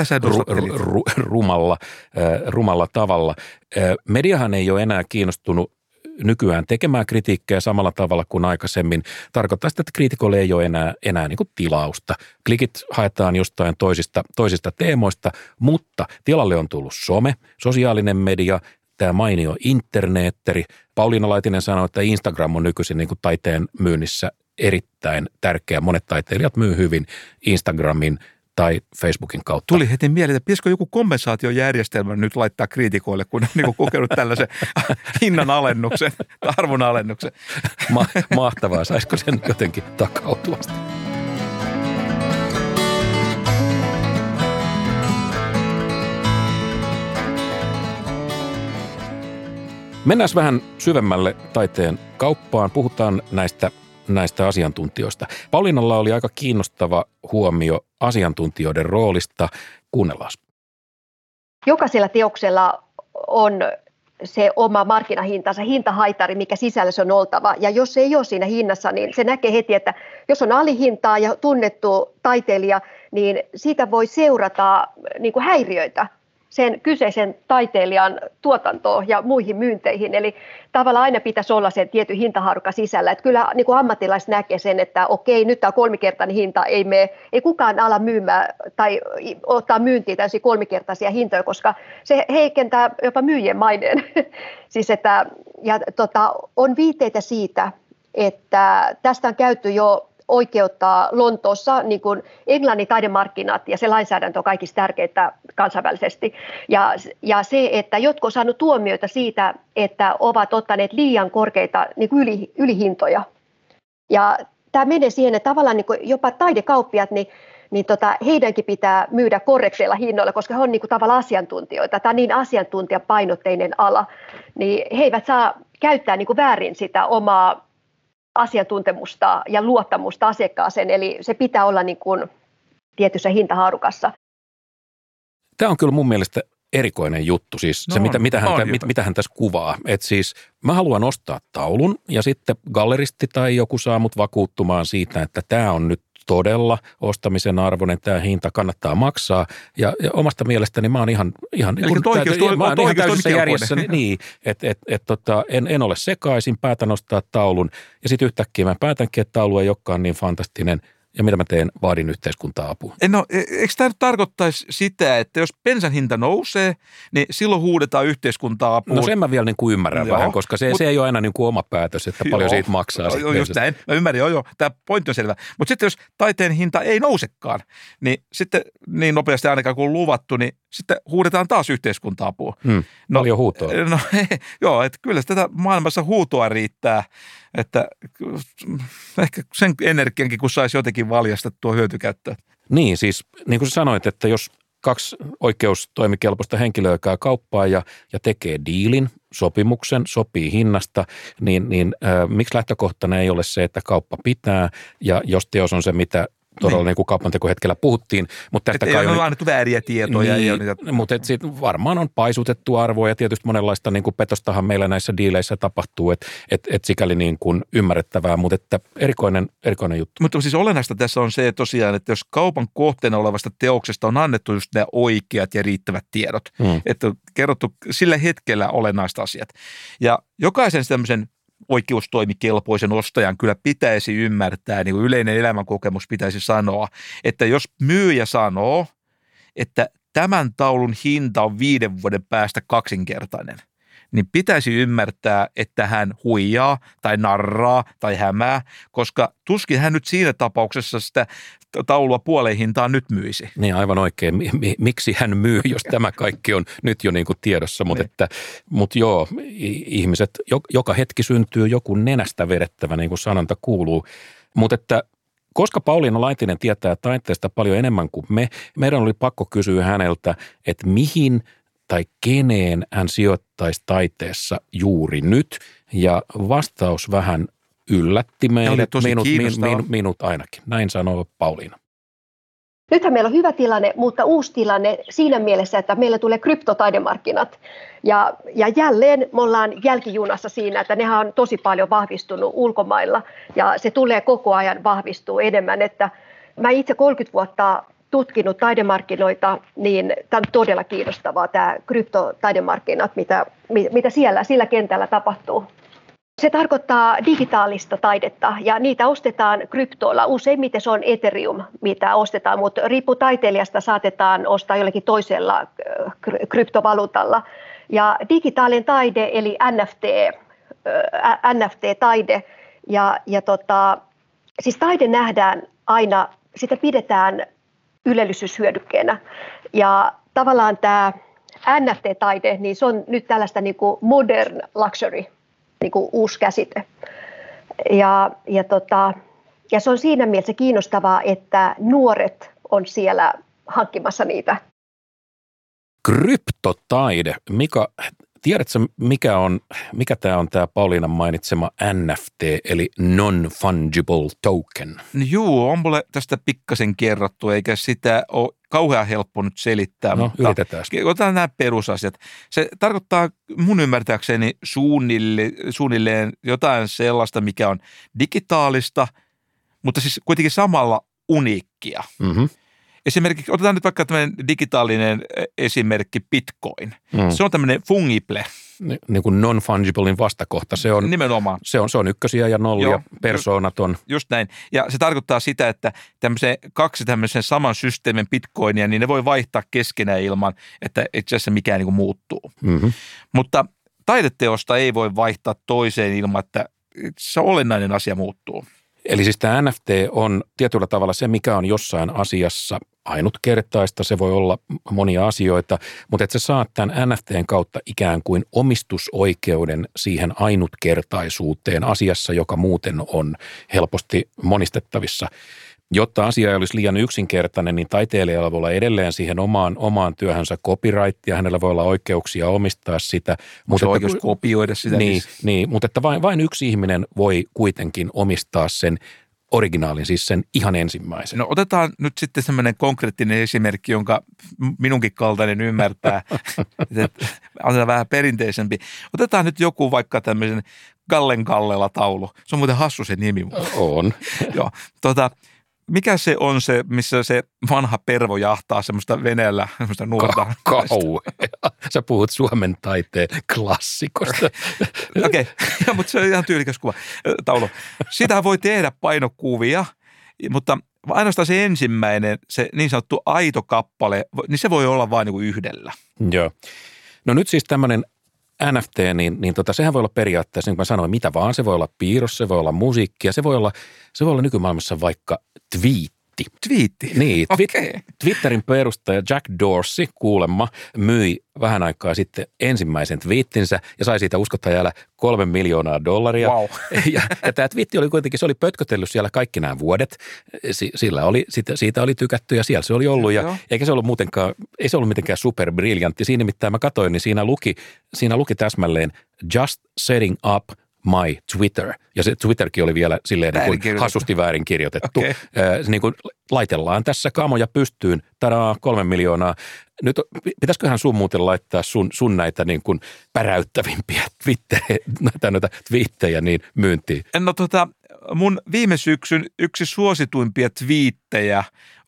rumalla tavalla. Mediahan ei ole enää kiinnostunut nykyään tekemään kritiikkiä samalla tavalla kuin aikaisemmin. Tarkoittaa sitä, että kriitikolle ei ole enää niin kuin tilausta. Klikit haetaan jostain toisista teemoista, mutta tilalle on tullut some, sosiaalinen media, tämä mainio internetteri. Pauliina Laitinen sanoi, että Instagram on nykyisin niin kuin taiteen myynnissä erittäin tärkeä. Monet taiteilijat myy hyvin Instagramin tai Facebookin kautta. Tuli heti mieleen, että pitäisikö joku kompensaatiojärjestelmä nyt laittaa kriitikoille, kun on niin kokenut tällaisen hinnan alennuksen tai arvon alennuksen. Mahtavaa, saisiko sen jotenkin takautua? Mennään vähän syvemmälle taiteen kauppaan. Puhutaan näistä asiantuntijoista. Pauliinalla oli aika kiinnostava huomio asiantuntijoiden roolista. Kuunnellaan. Jokaisella teoksella on se oma markkinahintansa, hintahaitari, mikä sisällä se on oltava. Ja jos se ei ole siinä hinnassa, niin se näkee heti, että jos on alihintaa ja tunnettu taiteilija, niin siitä voi seurata niin kuin häiriöitä sen kyseisen taiteilijan tuotantoon ja muihin myynteihin. Eli tavallaan aina pitäisi olla se tietty hintahaaruka sisällä. Että kyllä niin kuin ammattilaiset näkee sen, että okei, nyt tämä 3-kertainen hinta, ei kukaan ala myymään tai ottaa myyntiin täysin 3-kertaisia hintoja, koska se heikentää jopa myyjien maineen. Siis on viitteitä siitä, että tästä on käyty jo oikeuttaa Lontoossa, niin kuin Englannin taidemarkkinat ja se lainsäädäntö on kaikista tärkeintä kansainvälisesti. Ja se, että jotkut on saanut tuomioita siitä, että ovat ottaneet liian korkeita niin kuin ylihintoja. Ja tämä menee siihen, että tavallaan niin kuin jopa taidekauppiat, niin heidänkin pitää myydä korrekteilla hinnoilla, koska he on niin kuin tavallaan asiantuntijoita. Tämä on niin asiantuntijapainotteinen ala, niin he eivät saa käyttää niin kuin väärin sitä omaa asiantuntemusta ja luottamusta asiakkaaseen, eli se pitää olla niin kuin tietyssä hintahaarukassa. Tämä on kyllä mun mielestä erikoinen juttu, siis se mitä hän tässä kuvaa. Että siis mä haluan ostaa taulun ja sitten galleristi tai joku saa mut vakuuttumaan siitä, että tämä on nyt todella ostamisen arvoinen, tämä hinta kannattaa maksaa. Ja omasta mielestäni mä oon ihan täydessä järjessä, niin, että en ole sekaisin, päätän ostaa taulun ja sitten yhtäkkiä mä päätänkin, että taulu ei olekaan niin fantastinen Ja mitä mä teen? Vaadin yhteiskuntaa apua. No, eikö tämä nyt tarkoittaisi sitä, että jos bensan hinta nousee, niin silloin huudetaan yhteiskuntaa apua? No sen mä vielä niin kuin ymmärrän vähän, koska se ei ole aina niin kuin oma päätös, että paljon siitä maksaa. Joo, just näin. Mä ymmärrän, joo. Tämä pointti on selvä. Mutta sitten jos taiteen hinta ei nousekaan, niin sitten niin nopeasti ainakaan kuin luvattu, niin sitten huudetaan taas yhteiskuntaa apua. Paljon huutoa. No, joo, että kyllä tätä maailmassa huutoa riittää, että ehkä sen energiankin, kun saisi jotenkin valjastettua hyötykäyttöön. Niin, siis niin kuin sä sanoit, että jos 2 oikeustoimikelpoista henkilöä käy kauppaan ja tekee diilin, sopimuksen, sopii hinnasta, niin miksi lähtökohtana ei ole se, että kauppa pitää ja jos teos on se, mitä todella niin kuin kaupantekohetkellä puhuttiin. Mutta tästä ei ole annettu vääriä tietoja. Mutta varmaan on paisutettu arvoa ja tietysti monenlaista niin kuin petostahan meillä näissä diileissä tapahtuu, että sikäli niin kuin ymmärrettävää, mutta että erikoinen juttu. Mutta siis olennaista tässä on se tosiaan, että jos kaupan kohteena olevasta teoksesta on annettu just nämä oikeat ja riittävät tiedot, että on kerrottu sillä hetkellä olennaista asiat. Ja jokaisen tämmöisen oikeustoimikelpoisen ostajan kyllä pitäisi ymmärtää, niin kuin yleinen elämänkokemus pitäisi sanoa, että jos myyjä sanoo, että tämän taulun hinta on 5 vuoden päästä 2-kertainen, niin pitäisi ymmärtää, että hän huijaa tai narraa tai hämää, koska tuskin hän nyt siinä tapauksessa sitä taulua puoleen hintaan nyt myisi. Niin aivan oikein. Miksi hän myy, jos tämä kaikki on nyt jo niin kuin tiedossa, mutta joo, ihmiset, joka hetki syntyy joku nenästä vedettävä, niin kuin sanonta kuuluu, mutta että koska Pauliina Laitinen tietää taiteesta paljon enemmän kuin meidän oli pakko kysyä häneltä, että mihin tai keneen hän sijoittaisi taiteessa juuri nyt, ja vastaus vähän yllätti meidät, minut ainakin. Näin sanoo Pauliina. Nythän meillä on hyvä tilanne, mutta uusi tilanne siinä mielessä, että meillä tulee kryptotaidemarkkinat. Ja jälleen me ollaan jälkijunassa siinä, että nehän on tosi paljon vahvistunut ulkomailla ja se tulee koko ajan vahvistuu enemmän. Että mä itse 30 vuotta tutkinut taidemarkkinoita, niin tämä on todella kiinnostavaa, tämä kryptotaidemarkkinat, mitä sillä kentällä tapahtuu. Se tarkoittaa digitaalista taidetta ja niitä ostetaan kryptoilla. Useimmiten se on Ethereum, mitä ostetaan, mutta riippuu taiteilijasta saatetaan ostaa jollakin toisella kryptovaluutalla. Ja digitaalinen taide eli NFT-taide siis taide nähdään aina, sitä pidetään ylellisyyshyödykkeenä ja tavallaan tämä NFT-taide, niin se on nyt tällaista niin kuin modern luxury, niin kuin uusi käsite. Ja se on siinä mielessä kiinnostavaa, että nuoret on siellä hankkimassa niitä. Kryptotaide. Mika, tiedätkö mikä tämä on tämä Pauliinan mainitsema NFT, eli non-fungible token? Joo, on mulle tästä pikkasen kerrottu, eikä sitä ole kauhean helppo nyt selittää. No, yritetään. Otetaan nämä perusasiat. Se tarkoittaa mun ymmärtääkseni suunnilleen jotain sellaista, mikä on digitaalista, mutta siis kuitenkin samalla uniikkia. Mm-hmm. Esimerkiksi, otetaan nyt vaikka tämmöinen digitaalinen esimerkki Bitcoin. Se on tämmöinen fungible. Niin kuin non-fungiblein vastakohta. Se on, nimenomaan. Se on ykkösiä ja nollia, persoonaton. Just näin. Ja se tarkoittaa sitä, että kaksi tämmöisen saman systeemin Bitcoinia, niin ne voi vaihtaa keskenään ilman, että itse asiassa mikään niin kuin muuttuu. Mm-hmm. Mutta taideteosta ei voi vaihtaa toiseen ilman, että se olennainen asia muuttuu. Eli siis tämä NFT on tietyllä tavalla se, mikä on jossain asiassa ainutkertaista. Se voi olla monia asioita, mutta että sä saat tämän NFTn kautta ikään kuin omistusoikeuden siihen ainutkertaisuuteen asiassa, joka muuten on helposti monistettavissa. Jotta asia ei olisi liian yksinkertainen, niin taiteilijalla voi olla edelleen siihen omaan työhönsä copyright, ja hänellä voi olla oikeuksia omistaa sitä. Mutta oikeus kopioida sitä. Niin, mutta että vain yksi ihminen voi kuitenkin omistaa sen originaalin, siis sen ihan ensimmäisen. No otetaan nyt sitten semmoinen konkreettinen esimerkki, jonka minunkin kaltainen ymmärtää. Otetaan vähän perinteisempi. Otetaan nyt joku vaikka tämmöisen Gallen Gallela taulu. Se on muuten hassu se nimi. On. Joo, mikä se on se, missä se vanha pervo jahtaa semmoista veneellä, semmoista nuorta? Kauhea. Sä puhut Suomen taiteen klassikosta. Okei, mutta se on ihan tyylikäs kuva, taulu. Sitä voi tehdä painokuvia, mutta ainoastaan se ensimmäinen, se niin sanottu aito kappale, niin se voi olla vain niin kuin yhdellä. Joo. No nyt siis tämmöinen NFT, niin sehän voi olla periaatteessa, niin kuin mä sanoin, mitä vaan. Se voi olla piirros, se voi olla musiikkia, se voi olla nykymaailmassa vaikka twiitti. Twiitti? Niin. Okay. Twitterin perustaja Jack Dorsey kuulemma myi vähän aikaa sitten ensimmäisen twiittinsä ja sai siitä uskottajalle $3 miljoonaa. Wow. Ja tämä twiitti oli kuitenkin, se oli pötkötellyt siellä kaikki nämä vuodet. Siitä oli tykätty ja siellä se oli ollut. Ja eikä se ollut muutenkaan, ei se ollut mitenkään superbriljantti. Siinä nimittäin mä katsoin, niin siinä luki täsmälleen just setting up my Twitter. Ja se Twitterkin oli vielä silleen niin kuin hassusti väärin kirjoitettu. Okay. Niin kuin laitellaan tässä kaamoja pystyyn, tadaa 3 miljoonaa. Nyt pitäisiköhän sun muuten laittaa sun näitä niin kuin päräyttävimpiä näitä twiittejä niin myyntiin? No mun viime syksyn yksi suosituimpia twiittejä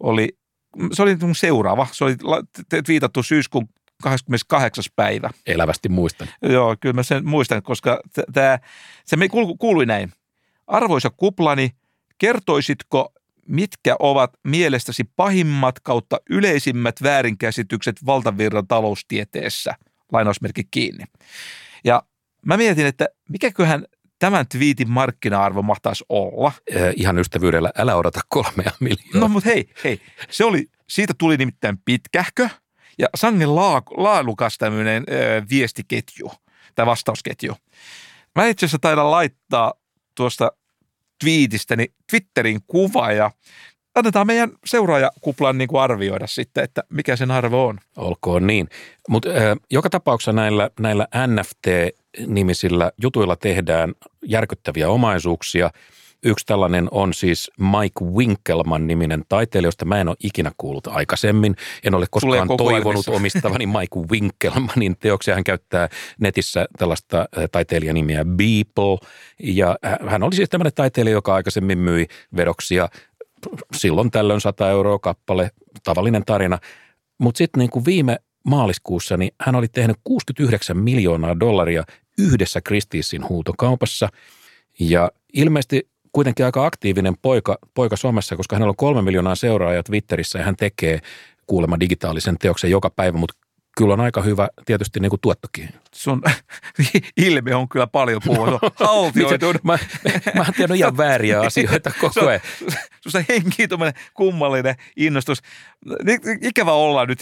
se oli mun seuraava. Se oli twiitattu syyskuun 28. päivä. Elävästi muistan. Joo, kyllä mä sen muistan, koska se kuului näin. Arvoisa kuplani, kertoisitko, mitkä ovat mielestäsi pahimmat kautta yleisimmät väärinkäsitykset valtavirran taloustieteessä? Lainausmerkki kiinni. Ja mä mietin, että mikäköhän tämän twiitin markkina-arvo mahtaisi olla? Ihan ystävyydellä, älä odota 3 miljoonaa. No mutta hei, siitä tuli nimittäin pitkähkö. Ja sangen laadukas tämmöinen viestiketju tai vastausketju. Mä itse asiassa taidan laittaa tuosta twiitistäni Twitterin kuva ja annetaan meidän seuraajakuplan niin kuin arvioida sitten, että mikä sen arvo on. Olkoon niin. Mutta joka tapauksessa näillä NFT-nimisillä jutuilla tehdään järkyttäviä omaisuuksia. Yksi tällainen on siis Mike Winkelman-niminen taiteilija, josta mä en ole ikinä kuullut aikaisemmin. En ole koskaan toivonut omistavani Mike Winkelmanin teoksia. Hän käyttää netissä tällaista taiteilijanimiä Beeple. Ja hän oli siis tämmöinen taiteilija, joka aikaisemmin myi vedoksia silloin tällöin 100 euroa kappale, tavallinen tarina. Mutta sitten niin kuin viime maaliskuussa niin hän oli tehnyt $69 miljoonaa yhdessä Christiesin huutokaupassa. Ja ilmeisesti kuitenkin aika aktiivinen poika somessa, koska hänellä on 3 miljoonaa seuraajaa Twitterissä ja hän tekee kuulemma digitaalisen teoksen joka päivä, mutta kyllä on aika hyvä tietysti niin kuin tuottokin. Sun ilme on kyllä paljon puhuttu. Haltioitun. Mä oon tiennyt ihan vääriä asioita koko ajan. Susta henkii tuommoinen kummallinen innostus. Ikävä olla nyt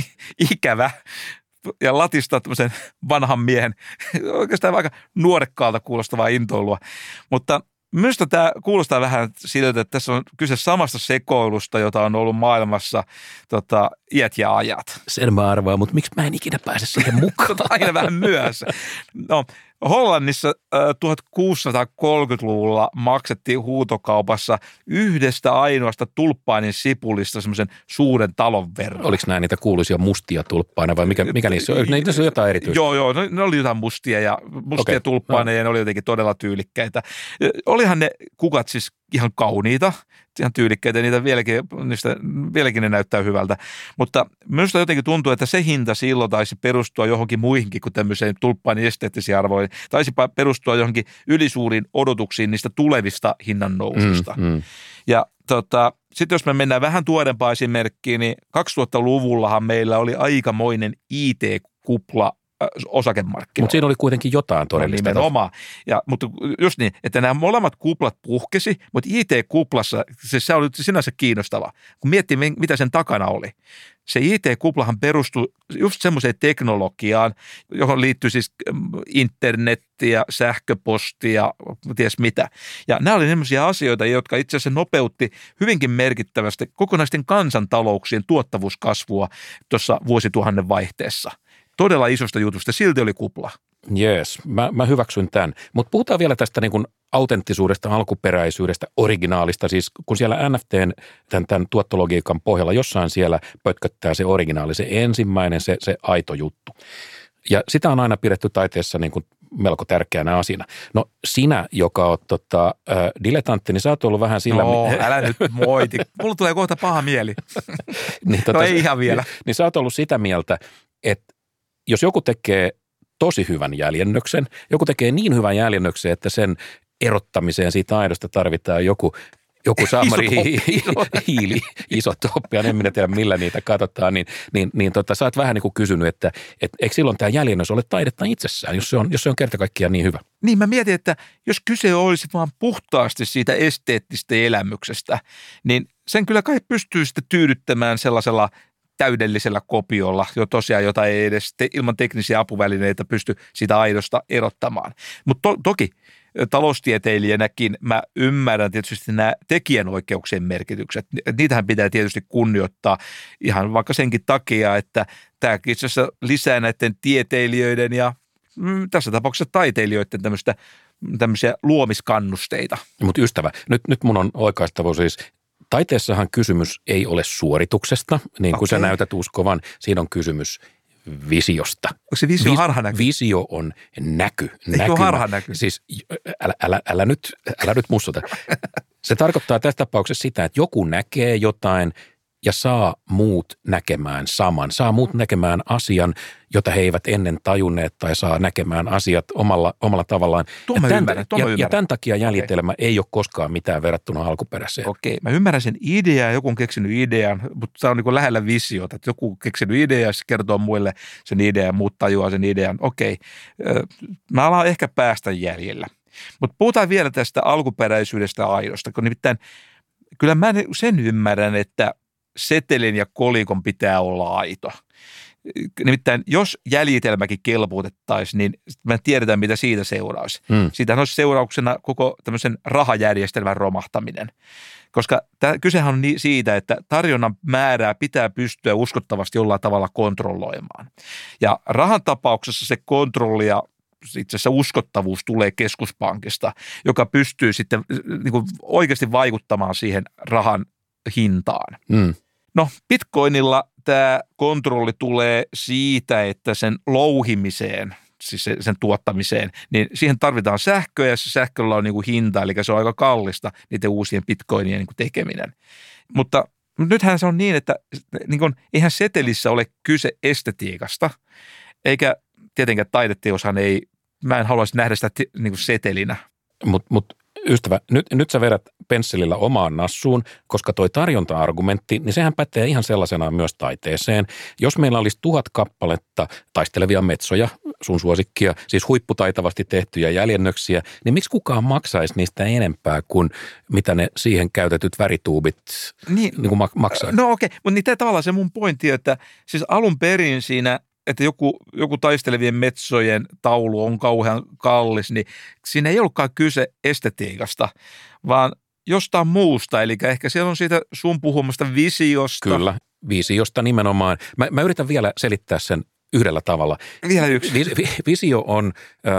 ikävä ja latistaa tämmöisen vanhan miehen, oikeastaan aika nuorekkaalta kuulostavaa intoilua. Mutta minusta tämä kuulostaa vähän siltä, että tässä on kyse samasta sekoilusta, jota on ollut maailmassa iät ja ajat. Sen mä arvaan, mutta miksi mä en ikinä pääse siihen mukaan? Aina vähän myöhässä. No, Hollannissa 1630-luvulla maksettiin huutokaupassa yhdestä ainoasta tulppaanin sipulista semmoisen suuren talon verran. Oliko nämä niitä kuuluisia mustia tulppaaneja vai mikä niissä on? Niissä on jotain erityistä? Joo, ne oli jotain mustia okay. Tulppaaneja ja ne oli jotenkin todella tyylikkäitä. Olihan ne kukat siis ihan kauniita, ihan tyylikkäitä, vieläkin ne näyttää hyvältä. Mutta minusta jotenkin tuntuu, että se hinta silloin taisi perustua johonkin muihinkin kuin tämmöiseen tulppaanin esteettisiin arvoihin. Taisi perustua johonkin ylisuuriin odotuksiin niistä tulevista hinnan noususta. Ja sitten jos me mennään vähän tuorempaan esimerkkiin, niin 2000-luvullahan meillä oli aikamoinen IT-kupla osakemarkkinoilla. Mutta siinä oli kuitenkin jotain todellista. Nimenomaan. Mutta just niin, että nämä molemmat kuplat puhkesi, mutta IT-kuplassa se oli sinänsä kiinnostava. Kun miettii, mitä sen takana oli. Se IT-kuplahan perustui just semmoiseen teknologiaan, johon liittyy siis internettiä, sähköpostia, ties mitä. Ja nämä oli semmoisia asioita, jotka itse asiassa nopeutti hyvinkin merkittävästi kokonaisten kansantalouksien tuottavuuskasvua tuossa vuosituhannen vaihteessa. Todella isosta jutusta, silti oli kupla. Jees, mä hyväksyn tämän. Mutta puhutaan vielä tästä niin kuin autenttisuudesta, alkuperäisyydestä, originaalista. Siis kun siellä NFTn tämän tuottologiikan pohjalla jossain siellä pötköttää se originaali, se ensimmäinen, se aito juttu. Ja sitä on aina pidetty taiteessa niin kuin melko tärkeänä asiana. No sinä, joka oot dilettantti, niin sä oot ollut vähän sillä... No, älä nyt moiti. Mulla tulee kohta paha mieli. Niin, no ei ihan vielä. Niin sä oot ollut sitä mieltä, että jos joku tekee tosi hyvän jäljennöksen, joku tekee niin hyvän jäljennöksen, että sen erottamiseen siitä aidosta tarvitaan joku joku saamari hiiliisotooppia, en minä tiedä millä niitä katsotaan, sä oot vähän niin kuin kysynyt, että eikö silloin tämä jäljennös ole taidetta itsessään, jos se on kerta kaikkiaan niin hyvä? Niin mä mietin, että jos kyse olisi vaan puhtaasti siitä esteettistä elämyksestä, niin sen kyllä kai pystyy sitten tyydyttämään sellaisella täydellisellä kopiolla, jo tosiaan, jota ei edes ilman teknisiä apuvälineitä pysty sitä aidosta erottamaan. Mutta toki taloustieteilijänäkin mä ymmärrän tietysti nämä tekijänoikeuksien merkitykset. Niitähän pitää tietysti kunnioittaa ihan vaikka senkin takia, että tämä itse asiassa lisää näiden tieteilijöiden ja tässä tapauksessa taiteilijoiden tämmöisiä luomiskannusteita. Mutta ystävä, nyt mun on oikaistava siis. Taiteessahan kysymys ei ole suorituksesta, niin kuin sä näytät uskovan. Siinä on kysymys visiosta. Onko se visio harhanäky? Visio on näky. Eikö ole harhanäky? Siis älä nyt mussuta. Se tarkoittaa tässä tapauksessa sitä, että joku näkee jotain ja saa muut näkemään saman. Saa muut näkemään asian, jota he eivät ennen tajunneet tai saa näkemään asiat omalla tavallaan. Ja tämän takia jäljitelmä ei ole koskaan mitään verrattuna alkuperäiseen. Okei, mä ymmärrän sen idean, joku on keksinyt idean, mutta se on niin kuin lähellä visiota, että joku on keksinyt idean ja se kertoo muille sen idean ja muut tajuaa sen idean. Okei, mä alan ehkä päästä jäljellä. Mutta puhutaan vielä tästä alkuperäisyydestä aidosta, kun nimittäin kyllä mä sen ymmärrän, että setelin ja kolikon pitää olla aito. Nimittäin jos jäljitelmäkin kelpuutettaisiin, niin me tiedetään, mitä siitä seuraisi. Siitähän olisi seurauksena koko tämmöisen rahajärjestelmän romahtaminen. Koska kysehän on siitä, että tarjonnan määrää pitää pystyä uskottavasti jollain tavalla kontrolloimaan. Ja rahan tapauksessa se kontrolli ja itse asiassa uskottavuus tulee keskuspankista, joka pystyy sitten niin kuin oikeasti vaikuttamaan siihen rahan hintaan. No, Bitcoinilla tämä kontrolli tulee siitä, että sen louhimiseen, siis sen tuottamiseen, niin siihen tarvitaan sähköä ja se sähköllä on niin kuin hinta, eli se on aika kallista niiden uusien bitcoinien niin kuin tekeminen. Mutta nythän se on niin, että niin kuin, eihän setelissä ole kyse estetiikasta, eikä tietenkään taideteoshan ei, mä en haluaisi nähdä sitä niin kuin setelinä. Mut ystävä, nyt sä vedät pensselillä omaan nassuun, koska toi tarjonta-argumentti, niin sehän pätee ihan sellaisenaan myös taiteeseen. Jos meillä olisi 1000 kappaletta taistelevia metsoja, sun suosikkia, siis huipputaitavasti tehtyjä jäljennöksiä, niin miksi kukaan maksaisi niistä enempää kuin mitä ne siihen käytetyt värituubit niin kuin maksaa? No okei, mutta niin tämä tavallaan se mun pointti, että siis alun perin siinä, että joku taistelevien metsojen taulu on kauhean kallis, niin siinä ei ollutkaan kyse estetiikasta, vaan jostain muusta. Eli ehkä siellä on siitä sun puhumasta visiosta. Kyllä, visiosta nimenomaan. Mä yritän vielä selittää sen yhdellä tavalla. Vielä yksi. Visio on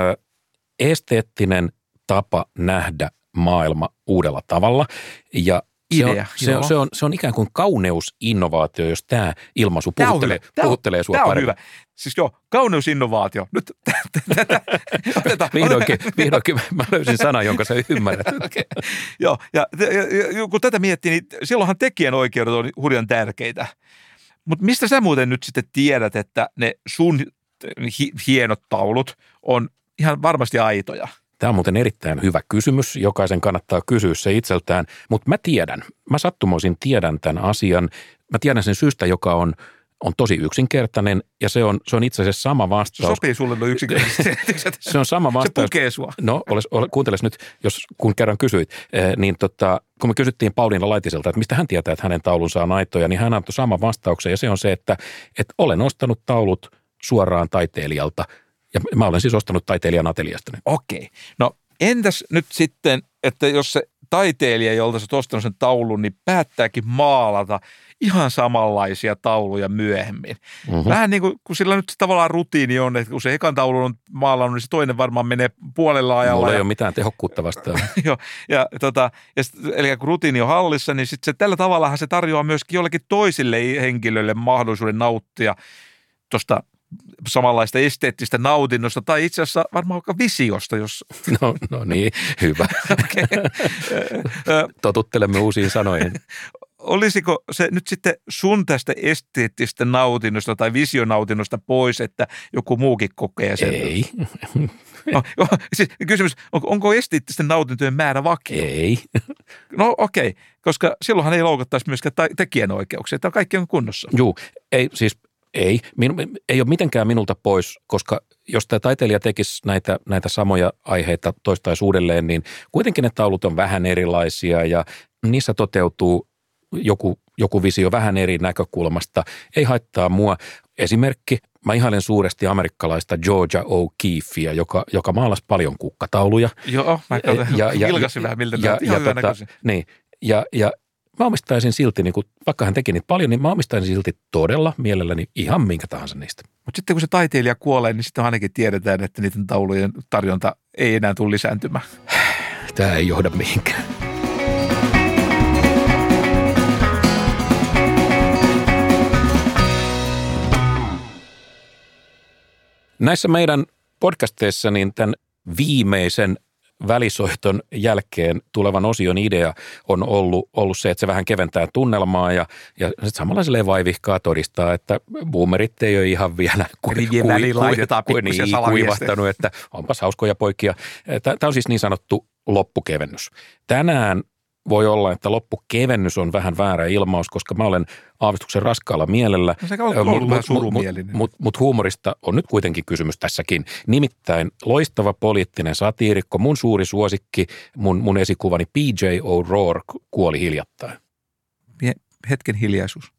esteettinen tapa nähdä maailma uudella tavalla ja se on ikään kuin kauneusinnovaatio, jos tämä ilmaisu puhuttelee sua paremmin. Tämä on hyvä. Siis joo, kauneusinnovaatio. Nyt Vihdoinkin mä löysin sanan, jonka sä ymmärrät. Okay. Joo, ja kun tätä miettii, niin silloinhan tekijänoikeudet on hurjan tärkeitä. Mutta mistä sä muuten nyt sitten tiedät, että ne sun hienot taulut on ihan varmasti aitoja? Tämä on muuten erittäin hyvä kysymys. Jokaisen kannattaa kysyä se itseltään, mutta mä sattumoisin tiedän tämän asian. Mä tiedän sen syystä, joka on tosi yksinkertainen ja se on itse asiassa sama vastaus. Se sopii sulle nuo yksinkertaiset. Se on sama vastaus. Se pukee sua. No, kuunteles nyt, kun kerran kysyit, niin kun me kysyttiin Pauliina Laitiselta, että mistä hän tietää, että hänen taulunsa on aitoja, niin hän antoi saman vastauksen ja se on se, että olen ostanut taulut suoraan taiteilijalta. Ja mä olen siis ostanut taiteilijan ateliasta. Okei. No entäs nyt sitten, että jos se taiteilija, jolta sä oot ostanut sen taulun, niin päättääkin maalata ihan samanlaisia tauluja myöhemmin. Vähän niin kuin, kun sillä nyt tavallaan rutiini on, että kun se ekan taulun on maalannut, niin se toinen varmaan menee puolella ajalla. Mulla ei ole mitään tehokkuutta vastaan. Joo, eli kun rutiini on hallissa, niin sitten tällä tavallahan se tarjoaa myöskin jollekin toisille henkilöille mahdollisuuden nauttia tuosta samanlaista esteettistä nautinnosta tai itse asiassa varmaan vaikka visiosta, jos... No niin, hyvä. Totuttelemme uusiin sanoihin. olisiko se nyt sitten sun tästä esteettistä nautinnosta tai visionautinnosta pois, että joku muukin kokee sen? Ei. No, siis kysymys, onko esteettisten nautintojen määrä vakio? Ei. No okei, koska silloinhan ei loukattaisi myöskään tekijänoikeuksia. Tämä kaikki on kunnossa. Juu, ei siis ei. Ei ole mitenkään minulta pois, koska jos tämä taiteilija tekisi näitä samoja aiheita toistaisuudelleen, niin kuitenkin ne taulut on vähän erilaisia ja niissä toteutuu joku visio vähän eri näkökulmasta. Ei haittaa mua. Esimerkki, mä ihailen suuresti amerikkalaista Georgia O'Keeffea, joka maalasi paljon kukkatauluja. Joo, mä vilkasin vähän miltä niin, ja mä omistaisin silti, niin kun, vaikka hän teki niitä paljon, niin mä omistaisin silti todella mielelläni ihan minkä tahansa niistä. Mutta sitten kun se taiteilija kuolee, niin sitten ainakin tiedetään, että niiden taulujen tarjonta ei enää tule lisääntymään. Tämä ei johda mihinkään. Näissä meidän podcasteissa niin tämän viimeisen välisoiton jälkeen tulevan osion idea on ollut se, että se vähän keventää tunnelmaa ja samalla silleen vaivihkaa todistaa, että boomerit ei ole ihan vielä kuivattanut, että onpas hauskoja poikia. Tämä on siis niin sanottu loppukevennys. Tänään voi olla, että loppukevennys on vähän väärä ilmaus, koska mä olen aavistuksen raskaalla mielellä. No, se on vähän surumielinen. Mutta huumorista on nyt kuitenkin kysymys tässäkin. Nimittäin loistava poliittinen satiirikko, mun suuri suosikki, mun esikuvani P.J. O'Rourke kuoli hiljattain. Hetken hiljaisuus.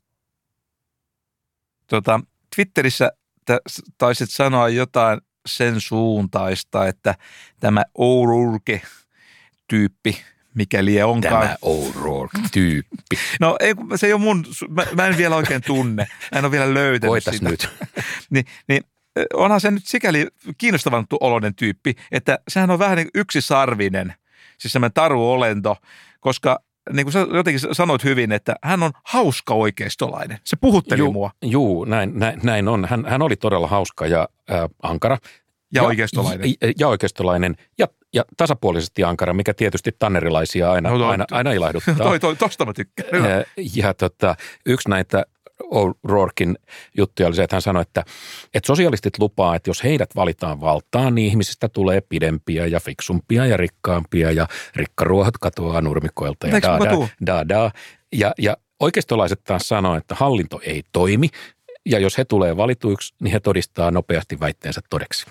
Twitterissä taisit sanoa jotain sen suuntaista, että tämä O'Rourke-tyyppi, mikäli onkaan. Tämä O'Rourke-tyyppi. No ei, se ei ole mun, mä en vielä oikein tunne. Mä en ole vielä löytänyt Koitas sitä. nyt. niin, onhan se nyt sikäli kiinnostavan oloinen tyyppi, että sehän on vähän niin yksisarvinen, siis semmoinen taruolento, koska niin kuin sä jotenkin sanoit hyvin, että hän on hauska oikeistolainen. Se puhutteli mua. Juu, näin on. Hän oli todella hauska ja ankara. Ja oikeistolainen. Ja oikeistolainen. Ja tasapuolisesti ankara, mikä tietysti tannerilaisia aina ilahduttaa. Tosta mä tykkään. Ja yksi näitä O'Rourken juttuja oli se, että hän sanoi, että sosialistit lupaa, että jos heidät valitaan valtaan, niin ihmisistä tulee pidempiä ja fiksumpia ja rikkaampia ja rikkaruohot katoaa nurmikoilta ja ja oikeistolaiset taas sanoo, että hallinto ei toimi. Ja jos he tulee valituiksi, niin he todistaa nopeasti väitteensä todeksi.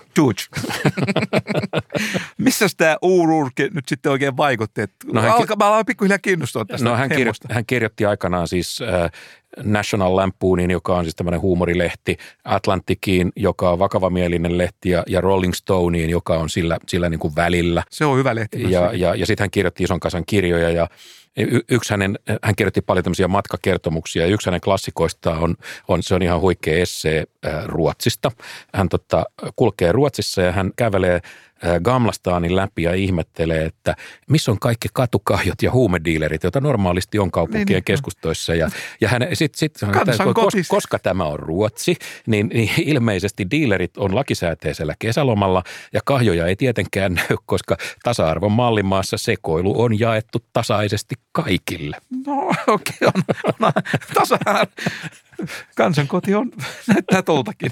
Missäs tämä O'Rourke nyt sitten oikein vaikutti? Mä aloin pikkuhiljaa kiinnostua tästä. No hän kirjoitti aikanaan siis National Lampoonin, joka on siis tämmöinen huumorilehti, Atlantikiin, joka on vakavamielinen lehti, ja Rolling Stoneen, joka on sillä niin kuin välillä. Se on hyvä lehti. Ja sitten hän kirjoitti ison kasan kirjoja, ja hän kirjoitti paljon tämmöisiä matkakertomuksia, ja yksi hänen klassikoistaan se on ihan huikea essee Ruotsista. Hän kulkee Ruotsissa, ja hän kävelee Gamlestanin läpi ja ihmettelee, että missä on kaikki katukahjot ja huumediilerit, joita normaalisti on kaupunkien keskustoissa. Ja hän sitten koska tämä on Ruotsi, niin ilmeisesti diilerit on lakisääteisellä kesälomalla ja kahjoja ei tietenkään näy, koska tasa-arvon mallimaassa sekoilu on jaettu tasaisesti kaikille. No okei, on kansankoti näyttää tuoltakin.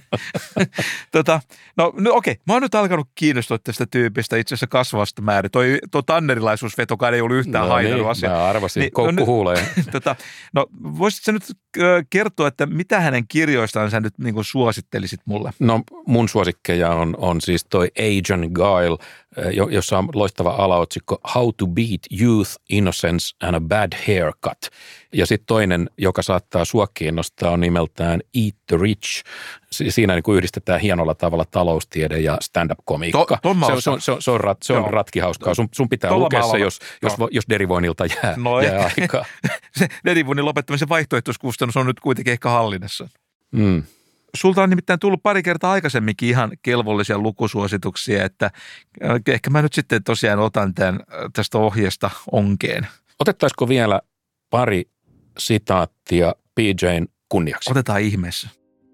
No okei, mä oon nyt alkanut kiinnostua tästä tyypistä itse asiassa kasvavasta määrin. Tuo tannerilaisuusvetokaan ei ollut yhtään haitannut asia. Mä arvasin, koukku huuleen. No voisitko sä nyt kertoa, että mitä hänen kirjoistaan sä nyt niin kuin suosittelisit mulle? No mun suosikkeja on siis toi Agent Guile, jossa on loistava alaotsikko How to Beat Youth, Innocence and a Bad Haircut. Ja sitten toinen, joka saattaa sua kiinnostaa, on nimeltään Eat the Rich. Siinä niin kuin yhdistetään hienolla tavalla taloustiede ja stand-up-komiikka. Se on ratkihauskaa. Sun pitää lukea se, jos derivoinnilta jää aikaa. Se derivoinnin lopettamisen vaihtoehtoiskustannus on nyt kuitenkin ehkä hallinnassa. Sulta on nimittäin tullut pari kertaa aikaisemminkin ihan kelvollisia lukusuosituksia, että ehkä mä nyt sitten tosiaan otan tästä ohjeesta onkeen. Otettaisiko vielä pari sitaattia PJ:n kunniaksi? Otetaan ihmeessä.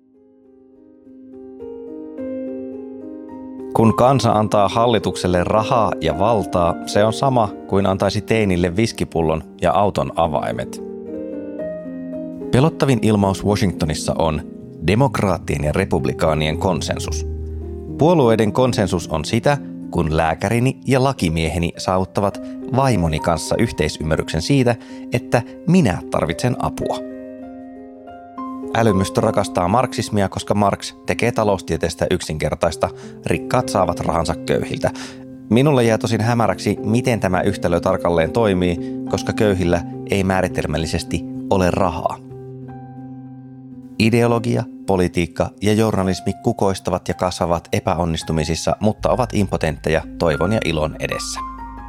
Kun kansa antaa hallitukselle rahaa ja valtaa, se on sama kuin antaisi teinille viskipullon ja auton avaimet. Pelottavin ilmaus Washingtonissa on demokraattien ja republikaanien konsensus. Puolueiden konsensus on sitä, kun lääkärini ja lakimieheni saavuttavat vaimoni kanssa yhteisymmärryksen siitä, että minä tarvitsen apua. Älymystö rakastaa marksismia, koska Marx tekee taloustieteestä yksinkertaista, rikkaat saavat rahansa köyhiltä. Minulle jää tosin hämäräksi, miten tämä yhtälö tarkalleen toimii, koska köyhillä ei määritelmällisesti ole rahaa. Ideologia, politiikka ja journalismi kukoistavat ja kasvavat epäonnistumisissa, mutta ovat impotentteja toivon ja ilon edessä.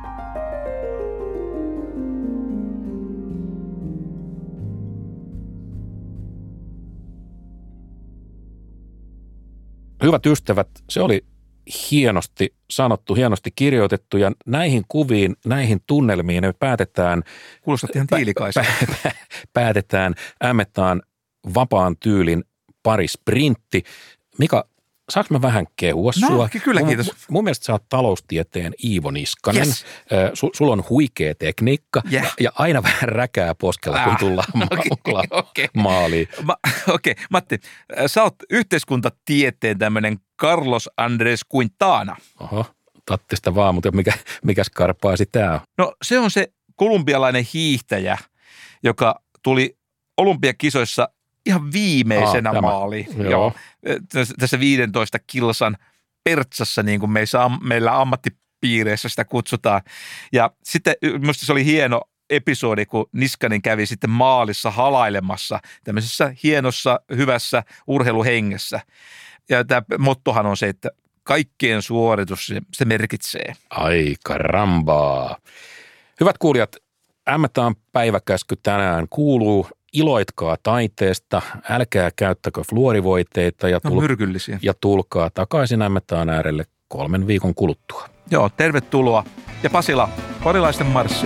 Hyvät ystävät, se oli hienosti sanottu, hienosti kirjoitettu ja näihin kuviin, näihin tunnelmiin me päätetään. Kuulostat ihan Tiilikaiselta. Päätetään, ämmetään vapaan tyylin pari sprintti. Mika, saanko mä vähän kehua sua? Kyllä, kiitos. Mun mielestä sä oot taloustieteen Iivo Niskanen. Yes. Sulla on huikea tekniikka ja aina vähän räkää poskella, kun tullaan maaliin. Okei, Matti, sä oot yhteiskuntatieteen tämmöinen Carlos Andrés Quintana. Oho, tattista vaan, mutta mikäs karpaasi tää on? No se on se kolumbialainen hiihtäjä, joka tuli olympiakisoissa ihan viimeisenä maaliin. Joo. Tässä 15 kilsan pertsassa, niin kuin meillä ammattipiireissä sitä kutsutaan. Ja sitten minusta se oli hieno episodi, kun Niskanen kävi sitten maalissa halailemassa tämmöisessä hienossa, hyvässä urheiluhengessä. Ja tämä mottohan on se, että kaikkien suoritus se merkitsee. Ai karambaa. Hyvät kuulijat, ämmätään päiväkäsky tänään kuuluu. Iloitkaa taiteesta, älkää käyttäkö fluorivoiteita ja tulkaa takaisin ämmätään äärelle 3 viikon kuluttua. Joo, tervetuloa. Ja Pasila, porilaisten marssi.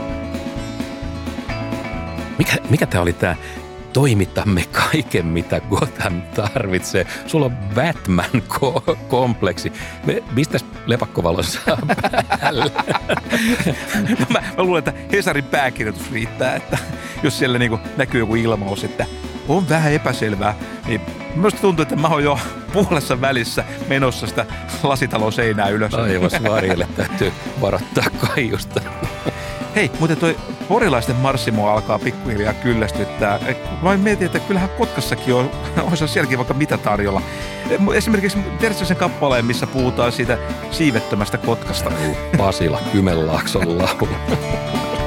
Mikä tämä oli tämä toimitamme kaiken, mitä Gotham tarvitsee? Sulla on Batman-kompleksi. Mistäs lepakkovalo saa päälle? No mä luulen, että Hesarin pääkirjoitus riittää, että jos siellä niinku näkyy joku ilmaus, että on vähän epäselvää, niin minusta tuntuu, että mä oon jo puolessa välissä menossa sitä lasitalon seinää ylös. Aivan, Varjelle täytyy varoittaa kaiusta. Hei, mutta toi porilaisten marssimo alkaa pikkuhiljaa kyllästyttää. Mä mietin, että kyllähän Kotkassakin olisi sielläkin vaikka mitä tarjolla. Esimerkiksi tiedätkö sen kappaleen, missä puhutaan siitä siivettömästä Kotkasta? Pasila, Kymenlaakson laulu.